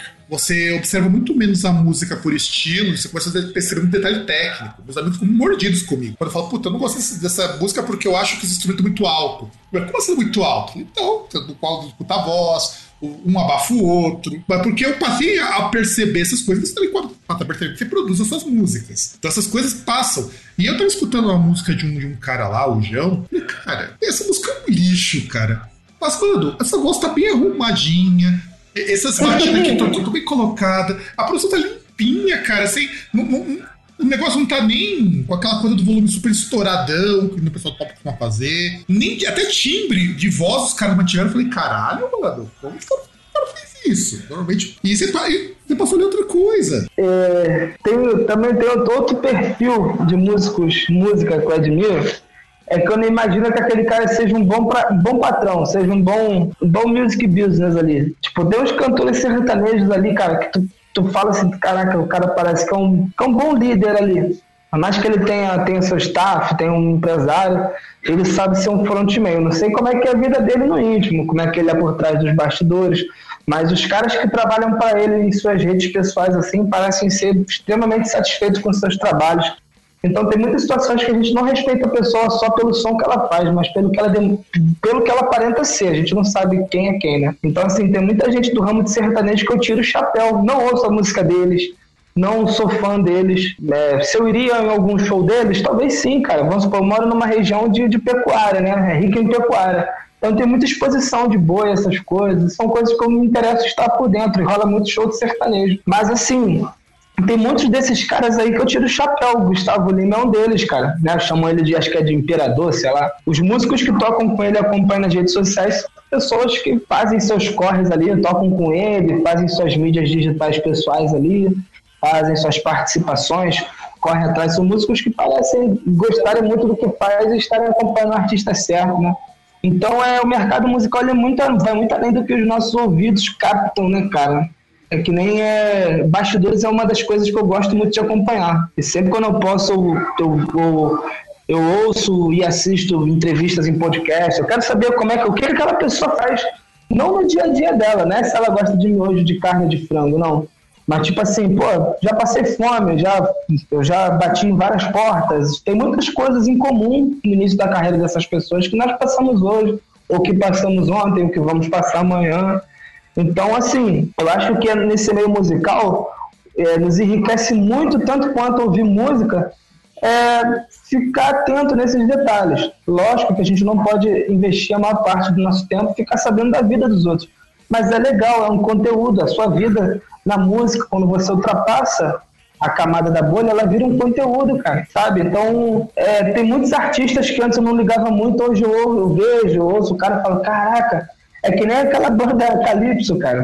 Você observa muito menos a música por estilo, você começa a perceber muito detalhe técnico. Meus amigos ficam mordidos comigo. Quando eu falo, puta, eu não gosto dessa música porque eu acho que esse instrumento é muito alto. Mas como assim é muito alto? Então, do qual escuta a voz, um abafa o outro. Mas porque eu passei a perceber essas coisas, você também passa a perceber que você produz as suas músicas. Então essas coisas passam. E eu tava escutando uma música de um, de um cara lá, o João, e cara, essa música é um lixo, cara. Mas, mano, essa voz tá bem arrumadinha. Essas batidas aqui estão tudo bem colocadas. A produção tá limpinha, cara. Assim, não, não, o negócio não tá nem com aquela coisa do volume super estouradão que o pessoal top costuma fazer. Nem até timbre de voz os caras mantiveram. Eu falei, caralho, mano, como que o cara fez isso? Normalmente. E você, você passou ali outra coisa. É, tem, também tem outro perfil de músicos, música que eu admiro. É que eu não imagino que aquele cara seja um bom, pra, bom patrão, seja um bom, um bom music business ali. Tipo, tem uns cantores sertanejos ali, cara, que tu, tu fala assim, caraca, o cara parece que é um, que é um bom líder ali. Por mais que ele tenha, tenha seu staff, tenha um empresário, ele sabe ser um frontman. Eu não sei como é que é a vida dele no íntimo, como é que ele é por trás dos bastidores, mas os caras que trabalham para ele em suas redes pessoais assim parecem ser extremamente satisfeitos com seus trabalhos. Então tem muitas situações que a gente não respeita a pessoa só pelo som que ela faz, mas pelo que ela, pelo que ela aparenta ser. A gente não sabe quem é quem, né? Então assim, tem muita gente do ramo de sertanejo que eu tiro o chapéu. Não ouço a música deles, não sou fã deles. É, se eu iria em algum show deles, talvez sim, cara. Vamos supor, eu moro numa região de, de pecuária, né? É rica em pecuária. Então tem muita exposição de boi, essas coisas. São coisas que eu me interesso estar por dentro. E rola muito show de sertanejo. Mas assim... Tem muitos desses caras aí que eu tiro o chapéu. O Gustavo Lima é um deles, cara. Né? Chamam ele de, acho que é de imperador, sei lá. Os músicos que tocam com ele, acompanham nas redes sociais, são pessoas que fazem seus corres ali, tocam com ele, fazem suas mídias digitais pessoais ali, fazem suas participações, correm atrás. São músicos que parecem gostarem muito do que faz e estarem acompanhando o artista certo, né? Então, é, o mercado musical é muito, vai muito além do que os nossos ouvidos captam, né, cara? É que nem é, bastidores é uma das coisas que eu gosto muito de acompanhar. E sempre quando eu posso, eu, eu, eu ouço e assisto entrevistas em podcast. Eu quero saber como é que, o que aquela pessoa faz, não no dia a dia dela, né? Se ela gosta de miojo de carne de frango, não. Mas tipo assim, pô, já passei fome, já, eu já bati em várias portas. Tem muitas coisas em comum no início da carreira dessas pessoas que nós passamos hoje, ou que passamos ontem, ou que vamos passar amanhã. Então, assim, eu acho que nesse meio musical é, nos enriquece muito, tanto quanto ouvir música, é, ficar atento nesses detalhes. Lógico que a gente não pode investir a maior parte do nosso tempo ficar sabendo da vida dos outros. Mas é legal, é um conteúdo. A sua vida na música, quando você ultrapassa a camada da bolha, ela vira um conteúdo, cara, sabe? Então, é, tem muitos artistas que antes eu não ligava muito, hoje eu, eu vejo, eu ouço o cara e falo, caraca, é que nem aquela banda Calypso, cara.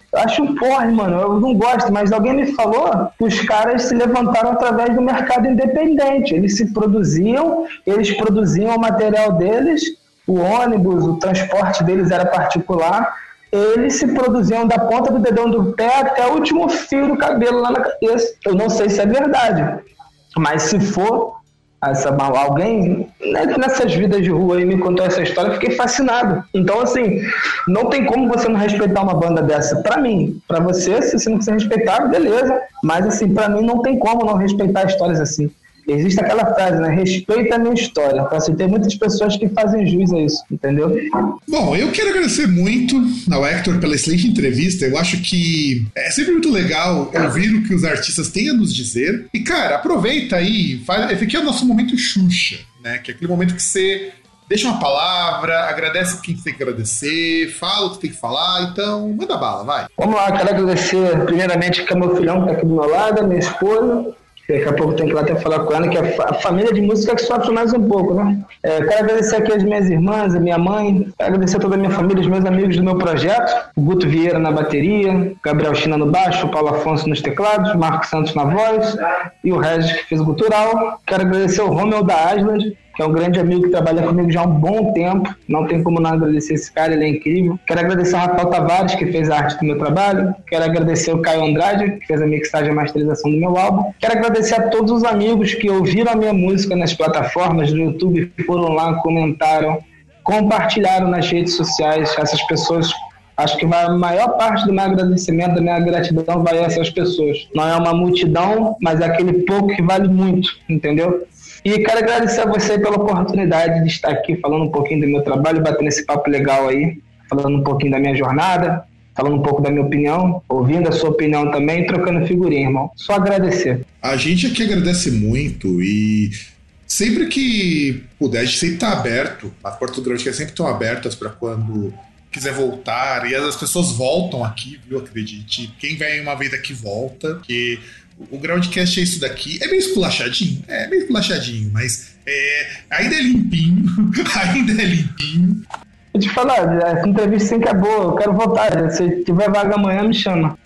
Eu acho um porre, mano. Eu não gosto, mas alguém me falou que os caras se levantaram através do mercado independente. Eles se produziam, eles produziam o material deles, o ônibus, o transporte deles era particular. Eles se produziam da ponta do dedão do pé até o último fio do cabelo lá na cabeça. Eu não sei se é verdade, mas se for, essa, alguém nessas vidas de rua aí me contou essa história, eu fiquei fascinado. Então, assim, não tem como você não respeitar uma banda dessa. Pra mim, pra você, se você não quiser respeitar, beleza. Mas, assim, pra mim não tem como não respeitar histórias assim. Existe aquela frase, né? Respeita a minha história. Então, assim, tem muitas pessoas que fazem jus a isso, entendeu? Bom, eu quero agradecer muito ao Hector pela excelente entrevista. Eu acho que é sempre muito legal ouvir o que os artistas têm a nos dizer. E, cara, aproveita aí. Faz... Esse aqui é o nosso momento Xuxa, né? Que é aquele momento que você deixa uma palavra, agradece quem tem que agradecer, fala o que tem que falar. Então, manda bala, vai. Vamos lá, quero agradecer primeiramente que é meu filhão que tá aqui do meu lado, minha esposa. Daqui a pouco tem que ir lá até falar com ela, que é a família de música que sofre mais um pouco, né? É, quero agradecer aqui as minhas irmãs, a minha mãe, quero agradecer a toda a minha família, os meus amigos do meu projeto, o Guto Vieira na bateria, Gabriel China no baixo, o Paulo Afonso nos teclados, Marco Santos na voz e o Regis que fez o gutural. Quero agradecer o Romeu da Asland, que é um grande amigo que trabalha comigo já há um bom tempo. Não tem como não agradecer esse cara, ele é incrível. Quero agradecer ao Rafael Tavares, que fez a arte do meu trabalho. Quero agradecer ao Caio Andrade, que fez a mixagem e a masterização do meu álbum. Quero agradecer a todos os amigos que ouviram a minha música nas plataformas do YouTube, foram lá, comentaram, compartilharam nas redes sociais. Essas pessoas, acho que vai, a maior parte do meu agradecimento, da minha gratidão vai a essas pessoas. Não é uma multidão, mas é aquele pouco que vale muito, entendeu? E quero agradecer a você pela oportunidade de estar aqui falando um pouquinho do meu trabalho, batendo esse papo legal aí, falando um pouquinho da minha jornada, falando um pouco da minha opinião, ouvindo a sua opinião também, trocando figurinha, irmão. Só agradecer. A gente aqui agradece muito e sempre que puder, a gente sempre está aberto, as portas do Groundcast sempre estão abertas para quando quiser voltar, e as pessoas voltam aqui, viu, acredite. Quem vem uma vez aqui volta, porque o Groundcast é isso daqui. É meio esculachadinho? É meio esculachadinho, mas é, ainda é limpinho. ainda é limpinho. Vou te falar, essa entrevista sempre é boa. Eu quero voltar. Se tiver vaga amanhã, me chama.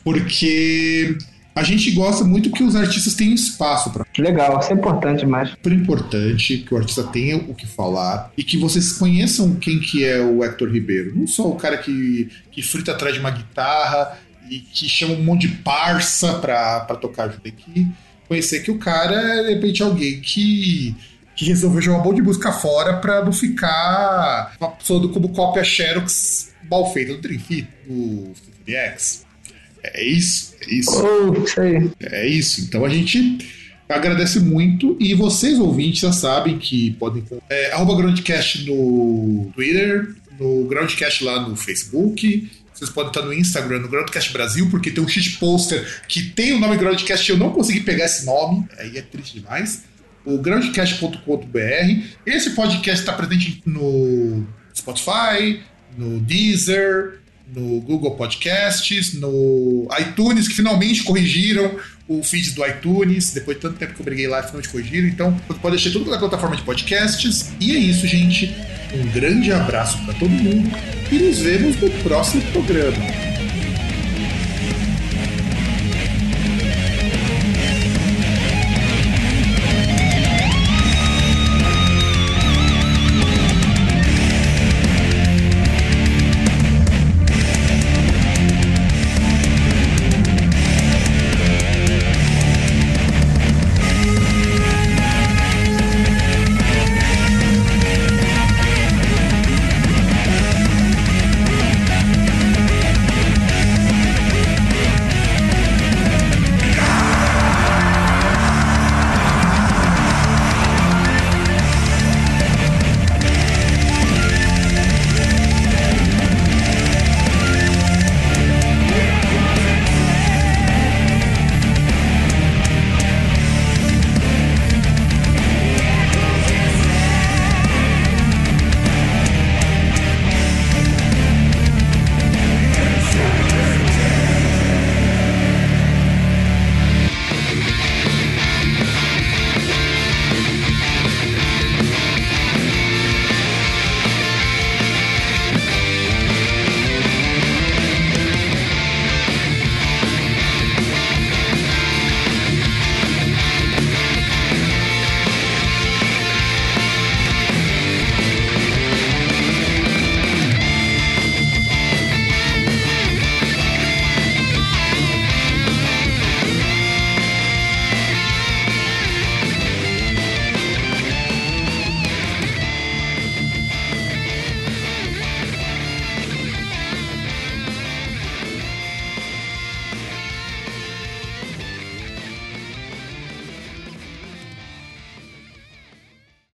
Porque a gente gosta muito que os artistas tenham espaço para. Legal, isso é importante demais. É super importante que o artista tenha o que falar e que vocês conheçam quem que é o Hector Ribeiro. Não só o cara que, que frita atrás de uma guitarra e que chama um monte de parça pra, pra tocar junto aqui. Conhecer que o cara é, de repente, alguém que, que resolveu jogar um monte de música fora pra não ficar uma pessoa como cópia Xerox mal feita do Dream Theater, do Symphony X. É isso, é isso. Oh, isso aí. É isso. Então a gente agradece muito. E vocês, ouvintes, já sabem que podem... É, arroba Groundcast no Twitter, no Groundcast lá no Facebook... Vocês podem estar no Instagram, no Groundcast Brasil, porque tem um shit poster que tem o nome Groundcast e eu não consegui pegar esse nome. Aí é triste demais. O groundcast ponto com ponto b r. Esse podcast está presente no Spotify, no Deezer, no Google Podcasts, no iTunes, que finalmente corrigiram o feed do iTunes. Depois de tanto tempo que eu briguei lá, finalmente corrigiram. Então, você pode deixar tudo na plataforma de podcasts. E é isso, gente. Um grande abraço para todo mundo e nos vemos no próximo programa.